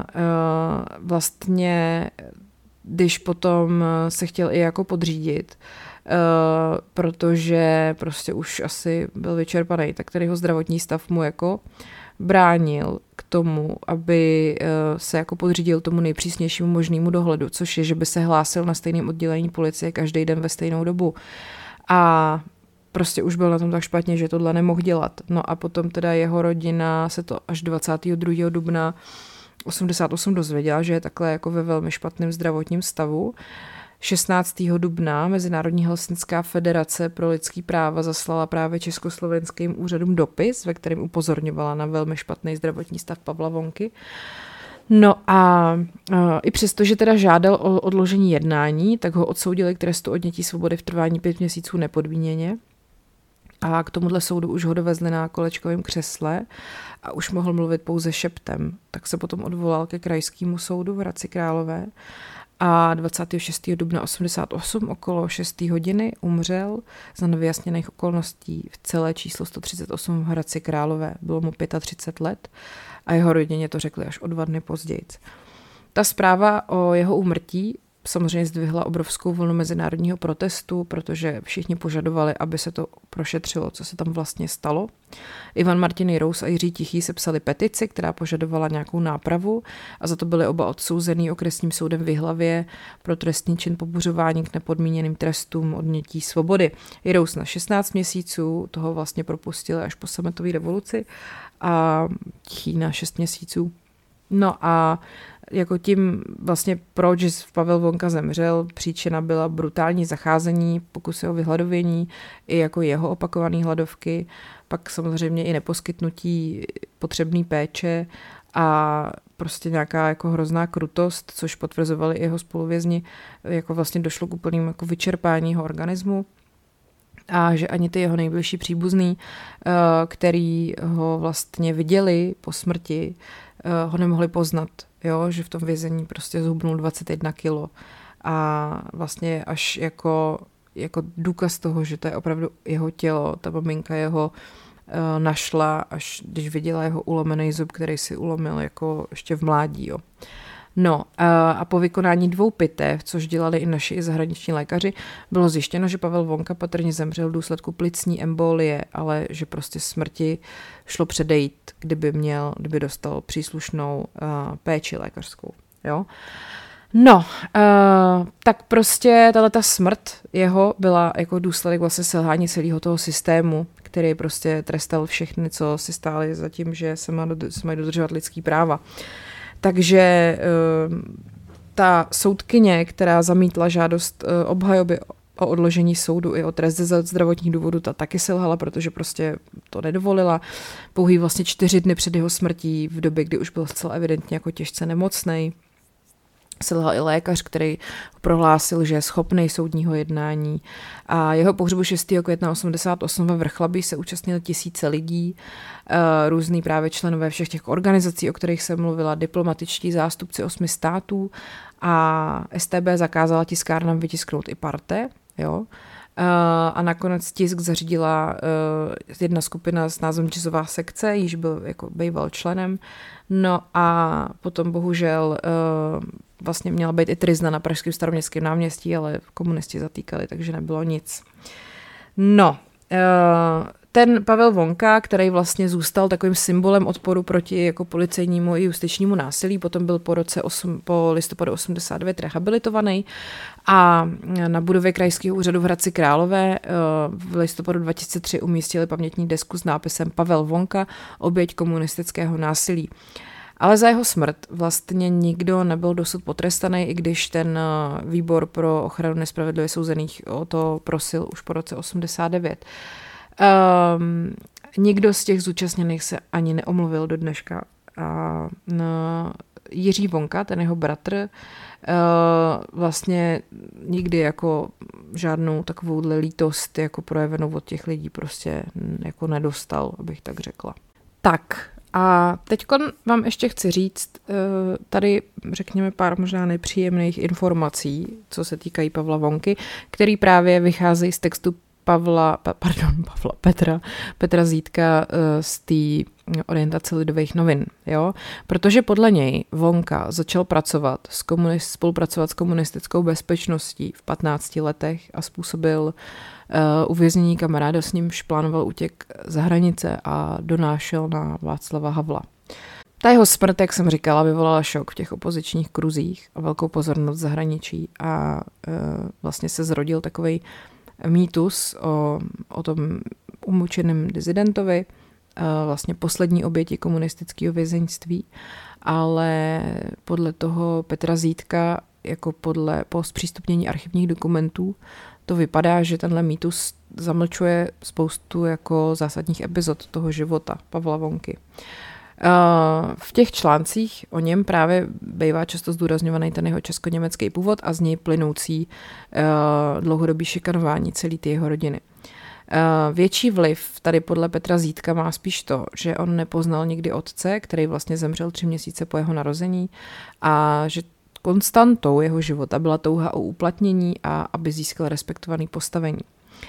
Speaker 1: vlastně když potom se chtěl i jako podřídit, uh, protože prostě už asi byl vyčerpaný, tak tady jeho zdravotní stav mu jako bránil k tomu, aby uh, se jako podřídil tomu nejpřísnějšímu možnému dohledu, což je, že by se hlásil na stejném oddělení policie každý den ve stejnou dobu. A prostě už byl na tom tak špatně, že tohle nemohl dělat. No a potom teda jeho rodina se to až dvacátého druhého dubna osmdesát osm dozvěděla, že je takhle jako ve velmi špatném zdravotním stavu. šestnáctého dubna Mezinárodní helsinská federace pro lidský práva zaslala právě československým úřadům dopis, ve kterém upozorňovala na velmi špatný zdravotní stav Pavla Vonky. No a uh, i přesto, že teda žádal o odložení jednání, tak ho odsoudili k trestu odnětí svobody v trvání pět měsíců nepodmíněně. A k tomuhle soudu už ho dovezli na kolečkovém křesle a už mohl mluvit pouze šeptem. Tak se potom odvolal ke krajskému soudu v Hradci Králové a dvacátého šestého dubna osmdesát osm okolo šesté hodiny umřel za nevyjasněných okolností v celé číslo sto třicet osm v Hradci Králové. Bylo mu třicet pět let a jeho rodině to řekli až o dva dny později. Ta zpráva o jeho úmrtí samozřejmě zdvihla obrovskou vlnu mezinárodního protestu, protože všichni požadovali, aby se to prošetřilo, co se tam vlastně stalo. Ivan Martin Jirous a Jiří Tichý sepsali petici, která požadovala nějakou nápravu a za to byli oba odsouzený okresním soudem v Jihlavě pro trestný čin pobuřování k nepodmíněným trestům odnětí svobody. Jirous na šestnáct měsíců, toho vlastně propustili až po sametové revoluci a Tichý na šest měsíců. No a jako tím vlastně proč Pavel Vonka zemřel, příčina byla brutální zacházení, pokusy o vyhladovění, i jako jeho opakované hladovky, pak samozřejmě i neposkytnutí potřebné péče a prostě nějaká jako hrozná krutost, což potvrzovali i jeho spoluvězni, jako vlastně došlo k úplnému jako vyčerpání jeho organismu. A že ani ty jeho nejbližší příbuzný, který ho vlastně viděli po smrti, ho nemohli poznat, jo? Že v tom vězení prostě zhubnul dvacet jedna kilo a vlastně až jako, jako důkaz toho, že to je opravdu jeho tělo, ta maminka jeho uh, našla, až když viděla jeho ulomený zub, který si ulomil jako ještě v mládí. Jo? No a po vykonání dvou pitev, což dělali i naši i zahraniční lékaři, bylo zjištěno, že Pavel Vonka patrně zemřel v důsledku plicní embolie, ale že prostě smrti šlo předejít, kdyby měl, kdyby dostal příslušnou uh, péči lékařskou. Jo? No, uh, tak prostě tato smrt jeho byla jako důsledek vlastně selhání celého toho systému, který prostě trestal všechny, co si stáli za tím, že se, má, se mají dodržovat lidský práva. Takže ta soudkyně, která zamítla žádost obhajoby o odložení soudu i o trest ze zdravotních důvodů, ta taky selhala, protože prostě to nedovolila. Pouhý vlastně čtyři dny před jeho smrtí, v době, kdy už byl zcela evidentně jako těžce nemocnej, selhal i lékař, který prohlásil, že je schopný soudního jednání. A jeho pohřbu šestého května osmdesát osm ve Vrchlabí se účastnili tisíce lidí, různý právě členové všech těch organizací, o kterých jsem mluvila, diplomatičtí zástupci osmi států a S T B zakázala tiskárnám vytisknout i parte, jo. A nakonec tisk zařídila jedna skupina s názvem Jazzová sekce, již byl jako býval členem. No a potom bohužel vlastně měla být i tryzna na pražském Staroměstském náměstí, ale komunisti zatýkali, takže nebylo nic. No, ten Pavel Vonka, který vlastně zůstal takovým symbolem odporu proti jako policejnímu i justičnímu násilí, potom byl po roce osm, po listopadu osmdesát devět rehabilitovaný a na budově Krajského úřadu v Hradci Králové v listopadu dva tisíce tři umístili pamětní desku s nápisem Pavel Vonka, oběť komunistického násilí. Ale za jeho smrt vlastně nikdo nebyl dosud potrestaný, i když ten výbor pro ochranu nespravedlivě souzených o to prosil už po roce osmdesát devět. Um, nikdo z těch zúčastněných se ani neomluvil do dneška. A no, Jiří Vonka, ten jeho bratr, uh, vlastně nikdy jako žádnou takovouhle lítost jako projevenou od těch lidí prostě jako nedostal, abych tak řekla. Tak a teď vám ještě chci říct tady, řekněme, pár možná nepříjemných informací, co se týkají Pavla Vonky, který právě vycházejí z textu Pavla, pardon, Pavla, Petra, Petra Zídka z té Orientace lidových novin, jo? Protože podle něj Vonka začal pracovat, s komunist, spolupracovat s komunistickou bezpečností v patnácti letech a způsobil uh, uvěznění kamaráda, s nímž plánoval útěk za hranice a donášel na Václava Havla. Ta jeho smrt, jak jsem říkala, vyvolala šok v těch opozičních kruzích a velkou pozornost v zahraničí a uh, vlastně se zrodil takovej mýtus o, o tom umučeném dizidentovi, vlastně poslední oběti komunistického vězeňství, ale podle toho Petra Zídka, jako podle po zpřístupnění archivních dokumentů, to vypadá, že tenhle mýtus zamlčuje spoustu jako zásadních epizod toho života Pavla Vonky. V těch článcích o něm právě bývá často zdůrazňovaný ten jeho česko-německý původ a z něj plynoucí dlouhodobý šikanování celé ty jeho rodiny. Větší vliv tady podle Petra Zídka má spíš to, že on nepoznal nikdy otce, který vlastně zemřel tři měsíce po jeho narození a že konstantou jeho života byla touha o uplatnění a aby získal respektovaný postavení.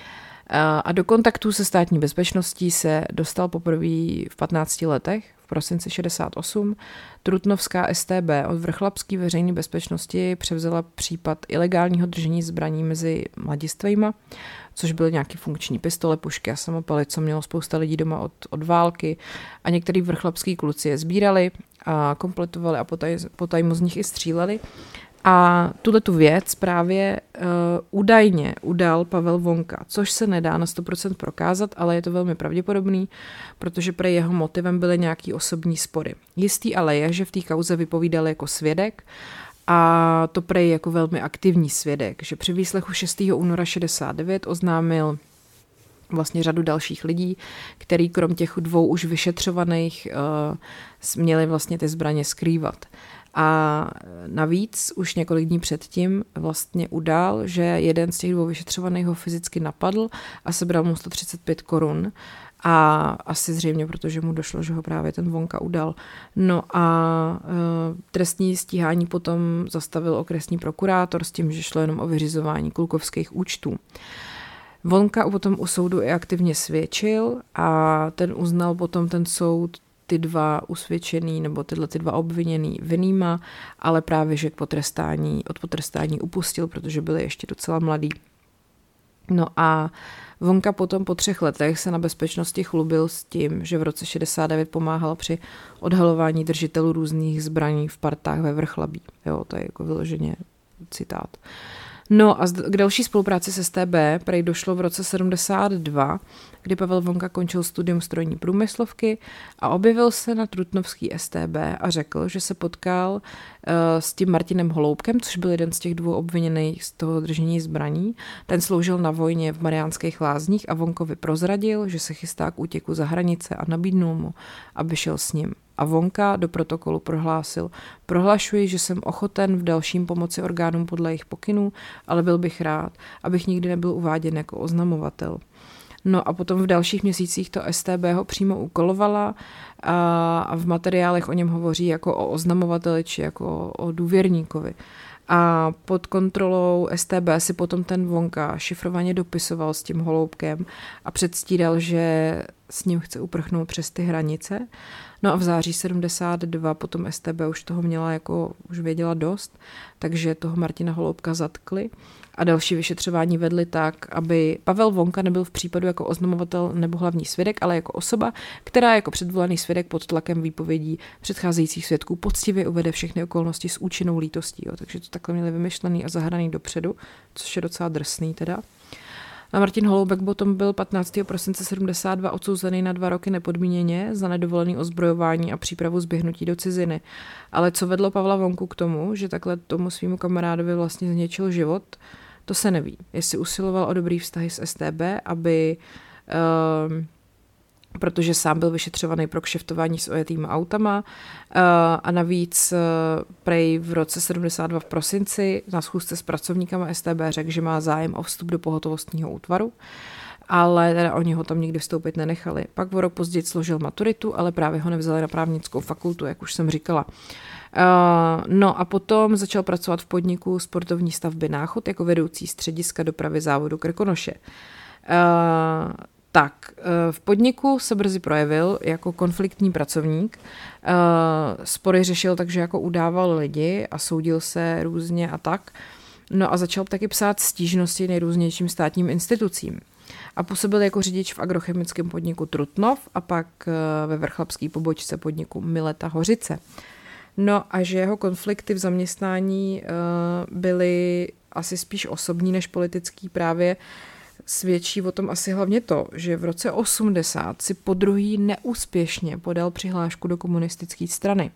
Speaker 1: A do kontaktu se státní bezpečností se dostal poprvé v patnácti letech, v prosinci šedesát osm. Trutnovská S T B od vrchlabské veřejné bezpečnosti převzala případ ilegálního držení zbraní mezi mladistvejma, což byly nějaké funkční pistole, pušky a samopaly, co mělo spousta lidí doma od, od války a některý vrchlabský kluci je sbírali a kompletovali a potaj, potajmu z nich i stříleli. A tuhletu věc právě uh, údajně udal Pavel Vonka, což se nedá na sto procent prokázat, ale je to velmi pravděpodobný, protože prej jeho motivem byly nějaký osobní spory. Jistý ale je, že v té kauze vypovídal jako svědek a to prej jako velmi aktivní svědek, že při výslechu šestého února šedesát devět oznámil vlastně řadu dalších lidí, který krom těch dvou už vyšetřovaných uh, měli vlastně ty zbraně skrývat. A navíc už několik dní předtím vlastně udal, že jeden z těch dvou vyšetřovaných ho fyzicky napadl a sebral mu sto třicet pět korun. A asi zřejmě, protože mu došlo, že ho právě ten Vonka udal. No a e, trestní stíhání potom zastavil okresní prokurátor s tím, že šlo jenom o vyřizování kulkovských účtů. Vonka potom u soudu i aktivně svědčil a ten uznal potom ten soud ty dva usvědčený nebo tyhle ty dva obviněný vinnýma, ale právě, že k potrestání, od potrestání upustil, protože byli ještě docela mladý. No a Vonka potom po třech letech se na bezpečnosti chlubil s tím, že v roce šedesát devět pomáhal při odhalování držitelů různých zbraní v partách ve Vrchlabí. Jo, to je jako vyloženě citát. No a k další spolupráci s S T B prej došlo v roce sedmdesát dva, kdy Pavel Vonka končil studium strojní průmyslovky a objevil se na trutnovský S T B a řekl, že se potkal uh, s tím Martinem Holoubkem, což byl jeden z těch dvou obviněných z toho držení zbraní. Ten sloužil na vojně v Mariánských Lázních a Vonkovi prozradil, že se chystá k útěku za hranice a nabídnul mu, aby šel s ním. A Vonka do protokolu prohlásil: prohlašuji, že jsem ochoten v dalším pomoci orgánům podle jejich pokynů, ale byl bych rád, abych nikdy nebyl uváděn jako oznamovatel. No a potom v dalších měsících to S T B ho přímo úkolovala a v materiálech o něm hovoří jako o oznamovateli či jako o důvěrníkovi. A pod kontrolou S T B si potom ten Vonka šifrovaně dopisoval s tím Holoubkem a předstíral, že s ním chce uprchnout přes ty hranice. No a v září sedmdesát dva potom S T B už toho měla jako, už věděla dost, takže toho Martina Holoubka zatkli a další vyšetřování vedli tak, aby Pavel Vonka nebyl v případu jako oznamovatel nebo hlavní svědek, ale jako osoba, která jako předvolaný svědek pod tlakem výpovědí předcházejících svědků poctivě uvede všechny okolnosti s účinnou lítostí. Jo. Takže to takhle měli vymyšlený a zahraný dopředu, což je docela drsný teda. A Martin Holoubek potom byl patnáctého prosince sedmdesát dva odsouzený na dva roky nepodmíněně za nedovolený ozbrojování a přípravu zběhnutí do ciziny. Ale co vedlo Pavla Vonku k tomu, že takhle tomu svýmu kamarádovi vlastně zničil život, to se neví. Jestli usiloval o dobrý vztahy s S T B, aby... Uh, protože sám byl vyšetřovaný pro kšeftování s ojetýma autama a navíc prej v roce sedmdesát dva v prosinci na schůzce s pracovníkama S T B řekl, že má zájem o vstup do pohotovostního útvaru, ale teda oni ho tam nikdy vstoupit nenechali. Pak o rok později složil maturitu, ale právě ho nevzali na právnickou fakultu, jak už jsem říkala. No a potom začal pracovat v podniku sportovní stavby Náchod jako vedoucí střediska dopravy závodu Krkonoše. Tak, v podniku se brzy projevil jako konfliktní pracovník. Spory řešil takže jako udával lidi a soudil se různě a tak. No a začal taky psát stížnosti nejrůznějším státním institucím. A působil jako řidič v agrochemickém podniku Trutnov a pak ve vrchlabské pobočce podniku Mileta Hořice. No a že jeho konflikty v zaměstnání byly asi spíš osobní než politický, právě svědčí o tom asi hlavně to, že v roce osmdesát si podruhý neúspěšně podal přihlášku do komunistické strany.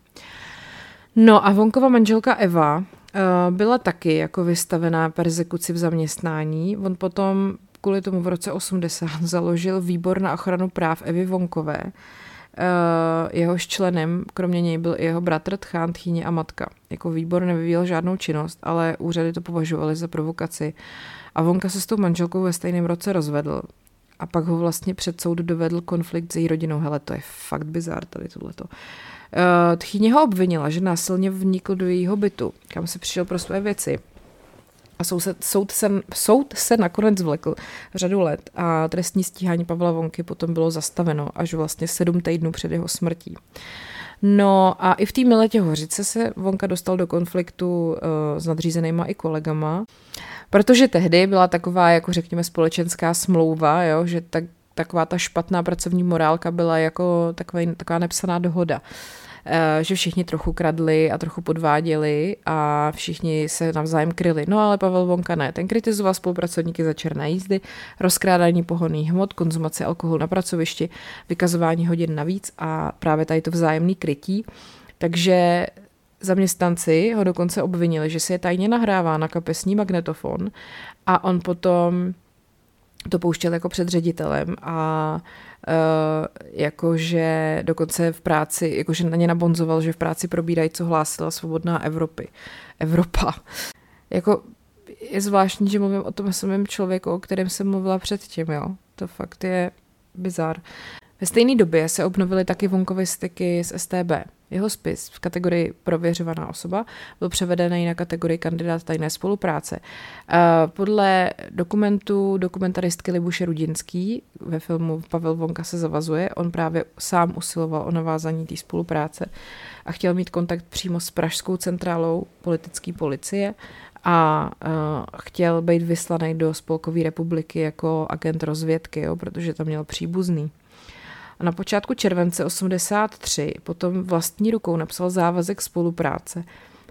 Speaker 1: No a Vonkova manželka Eva uh, byla taky jako vystavená perzekuci v zaměstnání. On potom kvůli tomu v roce osmdesát založil výbor na ochranu práv Evy Vonkové. Uh, jehož členem, kromě něj, byl i jeho bratr, tchán, tchýně a matka. Jako výbor nevyvíjel žádnou činnost, ale úřady to považovaly za provokaci. A Vonka se s tou manželkou ve stejném roce rozvedl. A pak ho vlastně před soud dovedl konflikt s její rodinou. Hele, to je fakt bizár tady tohleto. Uh, tchýně ho obvinila, že násilně vnikl do jejího bytu, kam se přišel pro své věci. A soud se, soud, se, soud se nakonec vlekl řadu let a trestní stíhání Pavla Vonky potom bylo zastaveno až vlastně sedm týdnů před jeho smrtí. No a i v té Miletě Hořice se Vonka dostal do konfliktu uh, s nadřízenýma i kolegama, protože tehdy byla taková, jako řekněme, společenská smlouva, jo, že tak, taková ta špatná pracovní morálka byla jako taková, taková nepsaná dohoda. Že všichni trochu kradli a trochu podváděli a všichni se navzájem kryli. No ale Pavel Vonka ne. Ten kritizoval spolupracovníky za černé jízdy, rozkrádání pohonných hmot, konzumaci alkoholu na pracovišti, vykazování hodin navíc a právě tady to vzájemný krytí. Takže zaměstnanci ho dokonce obvinili, že si je tajně nahrává na kapesní magnetofon a on potom to pouštěl jako před ředitelem a uh, jakože dokonce v práci, jakože na ně nabonzoval, že v práci probírají, co hlásila Svobodná Evropy. Evropa. Jako je zvláštní, že mluvím o tom samém člověku, o kterém jsem mluvila předtím, jo. To fakt je bizar. Ve stejné době se obnovily taky Vonkovy styky s S T B. Jeho spis v kategorii prověřovaná osoba byl převedený na kategorii kandidát tajné spolupráce. Podle dokumentu dokumentaristky Libuše Rudinský ve filmu Pavel Vonka se zavazuje, on právě sám usiloval o navázání té spolupráce a chtěl mít kontakt přímo s pražskou centrálou politické policie a uh, chtěl být vyslaný do Spolkové republiky jako agent rozvědky, jo, protože tam měl příbuzný. A na počátku července osmdesát tři potom vlastní rukou napsal závazek spolupráce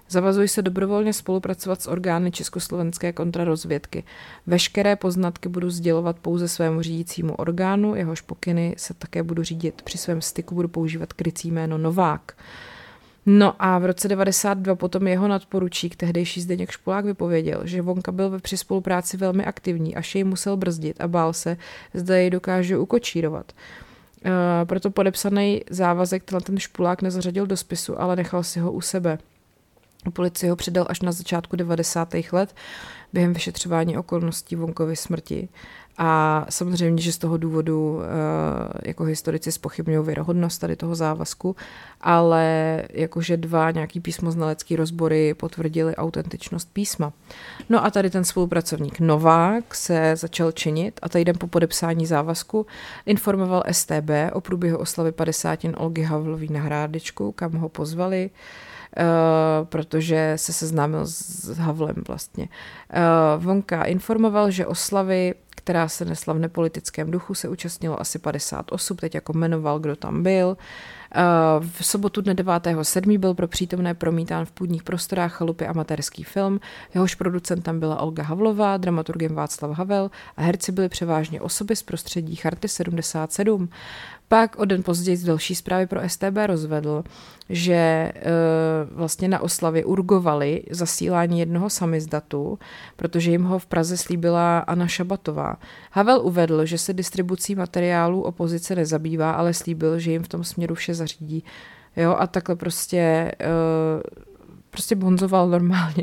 Speaker 1: Zavazuji se dobrovolně spolupracovat s orgány československé kontrarozvědky. Veškeré poznatky budu sdělovat pouze svému řídícímu orgánu, jehož pokyny se také budu řídit. Při svém styku budu používat krycí jméno Novák. No a v roce devadesát dva potom jeho nadporučík, tehdejší Zdeněk Špulák, vypověděl, že Vonka byl při spolupráci velmi aktivní, až jej musel brzdit a bál se, zda jej dokáže ukočírovat. Uh, proto podepsaný závazek ten Špulák nezařadil do spisu, ale nechal si ho u sebe. Policii ho předal až na začátku devadesátých let během vyšetřování okolností Vonkovy smrti. A samozřejmě, že z toho důvodu jako historici zpochybňují věrohodnost tady toho závazku, ale jakože dva nějaký písmoznalecký rozbory potvrdili autentičnost písma. No a tady ten spolupracovník Novák se začal činit a týden po podepsání závazku informoval S T B o průběhu oslavy padesátin Olgy Havlový na Hrádečku, kam ho pozvali, Uh, protože se seznámil s Havlem vlastně. Uh, Vonka informoval, že oslavy, která se nesla v nepolitickém duchu, se účastnilo asi padesát osob, teď jako jmenoval, kdo tam byl. Uh, v sobotu dne devátého sedmého byl pro přítomné promítán v půdních prostorách chalupy amatérský film, jehož producentem byla Olga Havlová, dramaturgem Václav Havel a herci byli převážně osoby z prostředí Charty sedmdesát sedm. Pak o den později z další zprávy pro S T B rozvedl, že e, vlastně na oslavě urgovali zasílání jednoho samizdatu, protože jim ho v Praze slíbila Anna Šabatová. Havel uvedl, že se distribucí materiálů opozice nezabývá, ale slíbil, že jim v tom směru vše zařídí. Jo, a takhle prostě, e, prostě bonzoval normálně.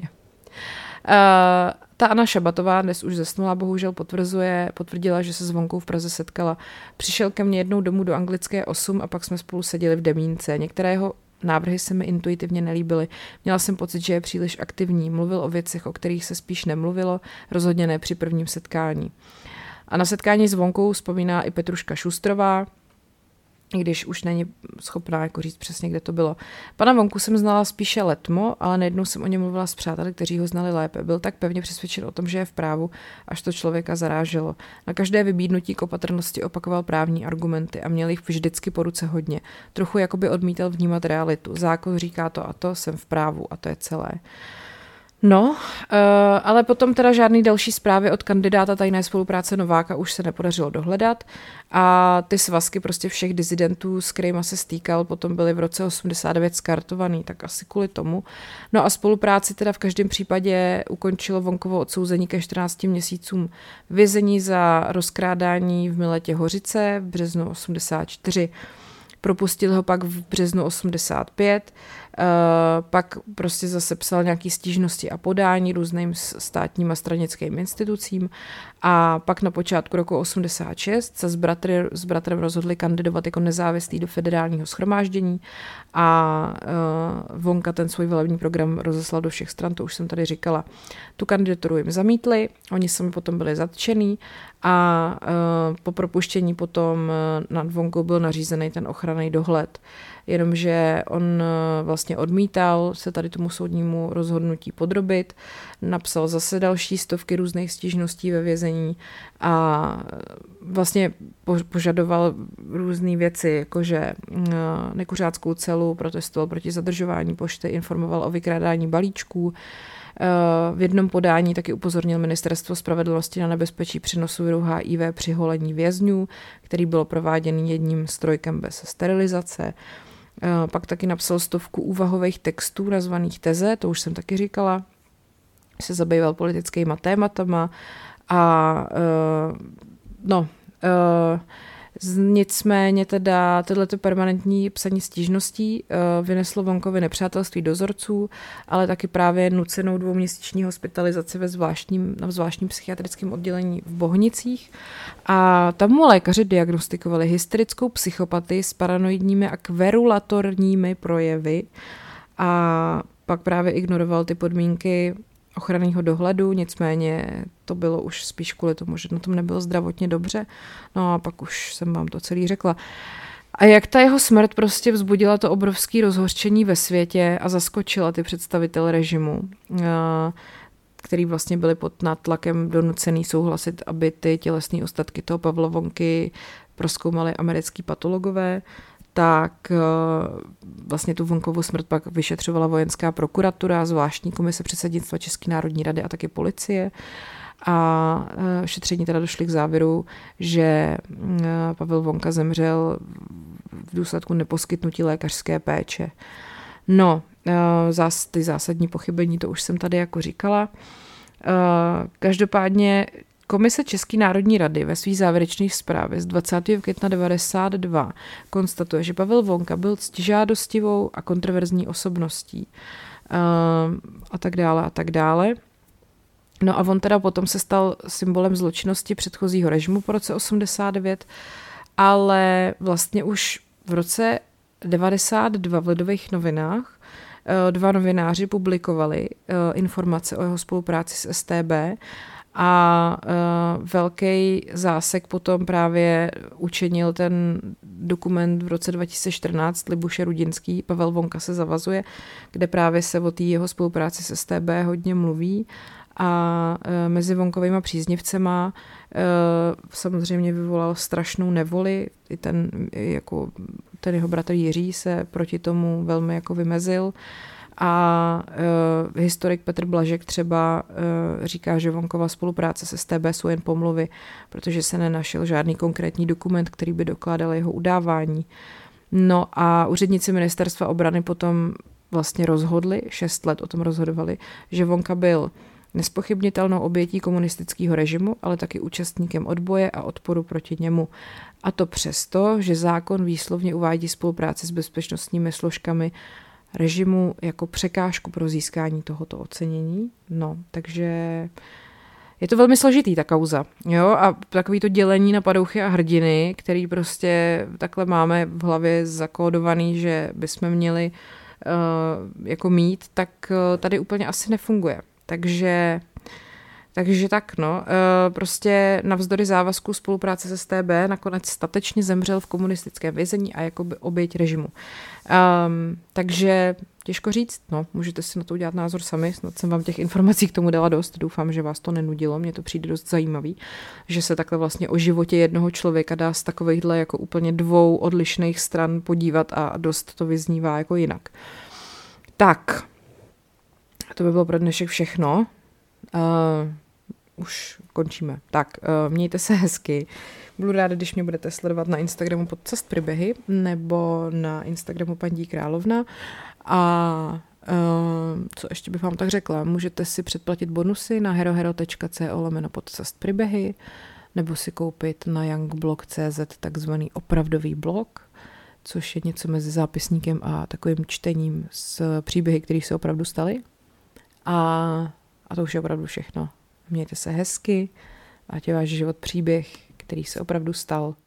Speaker 1: E, Ta Anna Šabatová, dnes už zesnula, bohužel potvrzuje, potvrdila, že se s Vonkou v Praze setkala. Přišel ke mně jednou domů do Anglické osm a pak jsme spolu seděli v Demínce. Některé jeho návrhy se mi intuitivně nelíbily. Měla jsem pocit, že je příliš aktivní. Mluvil o věcech, o kterých se spíš nemluvilo, rozhodně ne při prvním setkání. A na setkání s Vonkou vzpomíná i Petruška Šustrová, i když už není schopná jako říct přesně, kde to bylo. Pana Vonku jsem znala spíše letmo, ale nejednou jsem o něm mluvila s přáteli, kteří ho znali lépe. Byl tak pevně přesvědčen o tom, že je v právu, až to člověka zaráželo. Na každé vybídnutí k opatrnosti opakoval právní argumenty a měl jich vždycky po ruce hodně. Trochu jakoby odmítal vnímat realitu. Zákon říká to a to, jsem v právu a to je celé. No, uh, ale potom teda žádný další zprávy od kandidáta tajné spolupráce Nováka už se nepodařilo dohledat a ty svazky prostě všech disidentů, s kterýma se stýkal, potom byly v roce osmdesát devět skartovaný, tak asi kvůli tomu. No a spolupráci teda v každém případě ukončilo Vonkovo odsouzení ke čtrnácti měsícům vězení za rozkrádání v Miletě Hořice v březnu osmdesát čtyři. Propustil ho pak v březnu osmdesát pět, uh, pak prostě zase psal nějaký stížnosti a podání různým státním a stranickým institucím a pak na počátku roku osmdesát šest se s, bratry, s bratrem rozhodli kandidovat jako nezávislý do federálního shromáždění a uh, Vonka ten svůj volební program rozeslal do všech stran, to už jsem tady říkala. Tu kandidaturu jim zamítli, oni sami potom byli zatčený a uh, po propuštění potom uh, nad Vonkou byl nařízený ten ochranný dohled. Jenomže on uh, vlastně odmítal se tady tomu soudnímu rozhodnutí podrobit, napsal zase další stovky různých stížností ve vězení a vlastně po, požadoval různé věci, jakože uh, nekuřáckou celu, protestoval proti zadržování pošty, informoval o vykrádání balíčků. V jednom podání taky upozornil Ministerstvo spravedlnosti na nebezpečí přenosu viru H I V při holení vězňů, který byl prováděný jedním strojkem bez sterilizace. Pak taky napsal stovku úvahových textů nazvaných teze, to už jsem taky říkala, se zabýval politickýma tématama a no, nicméně teda tyhleto permanentní psaní stížností uh, vyneslo Vonkovi nepřátelství dozorců, ale taky právě nucenou dvouměsíční hospitalizaci ve zvláštním, na zvláštním psychiatrickém oddělení v Bohnicích. A tam mu lékaři diagnostikovali hysterickou psychopatii s paranoidními a kverulatorními projevy a pak právě ignoroval ty podmínky ochranného dohledu, nicméně to bylo už spíš kvůli tomu, že na tom nebylo zdravotně dobře. No a pak už jsem vám to celý řekla. A jak ta jeho smrt prostě vzbudila to obrovské rozhořčení ve světě a zaskočila ty představitele režimu, který vlastně byli pod nátlakem donucený souhlasit, aby ty tělesné ostatky toho Pavla Vonky prozkoumali americký patologové, tak vlastně tu Vonkovu smrt pak vyšetřovala vojenská prokuratura, zvláštní komise předsednictva České národní rady a taky policie. A šetření teda došli k závěru, že Pavel Vonka zemřel v důsledku neposkytnutí lékařské péče. No, zás, ty zásadní pochybení, to už jsem tady jako říkala. Každopádně Komise České národní rady ve svých závěrečných zprávě z dvacátého května devadesát dva konstatuje, že Pavel Vonka byl ctižádostivou a kontroverzní osobností a tak dále a tak dále. No a on teda potom se stal symbolem zločinnosti předchozího režimu po roce osmdesát devět, ale vlastně už v roce devadesát dva v Lidových novinách dva novináři publikovali informace o jeho spolupráci s S T B a velký zásek potom právě učinil ten dokument v roce dva tisíce čtrnáct Libuše Rudinský, Pavel Vonka se zavazuje, kde právě se o té jeho spolupráci s S T B hodně mluví. A mezi Vonkovýma příznivcema samozřejmě vyvolal strašnou nevoli. I ten, jako, ten jeho bratr Jiří se proti tomu velmi jako vymezil. A uh, historik Petr Blažek třeba uh, říká, že Vonkova spolupráce se S T B jsou jen pomluvy, protože se nenašel žádný konkrétní dokument, který by dokládal jeho udávání. No a úředníci ministerstva obrany potom vlastně rozhodli, šest let o tom rozhodovali, že Vonka byl nespochybnitelnou obětí komunistického režimu, ale taky účastníkem odboje a odporu proti němu. A to přesto, že zákon výslovně uvádí spolupráci s bezpečnostními složkami režimu jako překážku pro získání tohoto ocenění. No, takže je to velmi složitý, ta kauza. Jo? A takový to dělení na padouchy a hrdiny, který prostě takhle máme v hlavě zakódovaný, že bychom měli uh, jako mít, tak uh, tady úplně asi nefunguje. Takže, takže tak, no. E, prostě navzdory závazku spolupráce se S T B nakonec statečně zemřel v komunistickém vězení a jako oběť režimu. Um, takže těžko říct, no, můžete si na to udělat názor sami, snad jsem vám těch informací k tomu dala dost, doufám, že vás to nenudilo, mně to přijde dost zajímavý, že se takhle vlastně o životě jednoho člověka dá z takovejhle jako úplně dvou odlišných stran podívat a dost to vyznívá jako jinak. Tak, to by bylo pro dnešek všechno. Uh, už končíme. Tak, uh, mějte se hezky. Budu ráda, když mě budete sledovat na Instagramu Podcast Příběhy nebo na Instagramu Paní Královna. A uh, co ještě bych vám tak řekla, můžete si předplatit bonusy na herohero tečka co lomeno podcast příběhy nebo si koupit na youngblog tečka cz takzvaný opravdový blog, což je něco mezi zápisníkem a takovým čtením s příběhy, které se opravdu staly. A, a to už je opravdu všechno. Mějte se hezky, ať je váš život příběh, který se opravdu stal.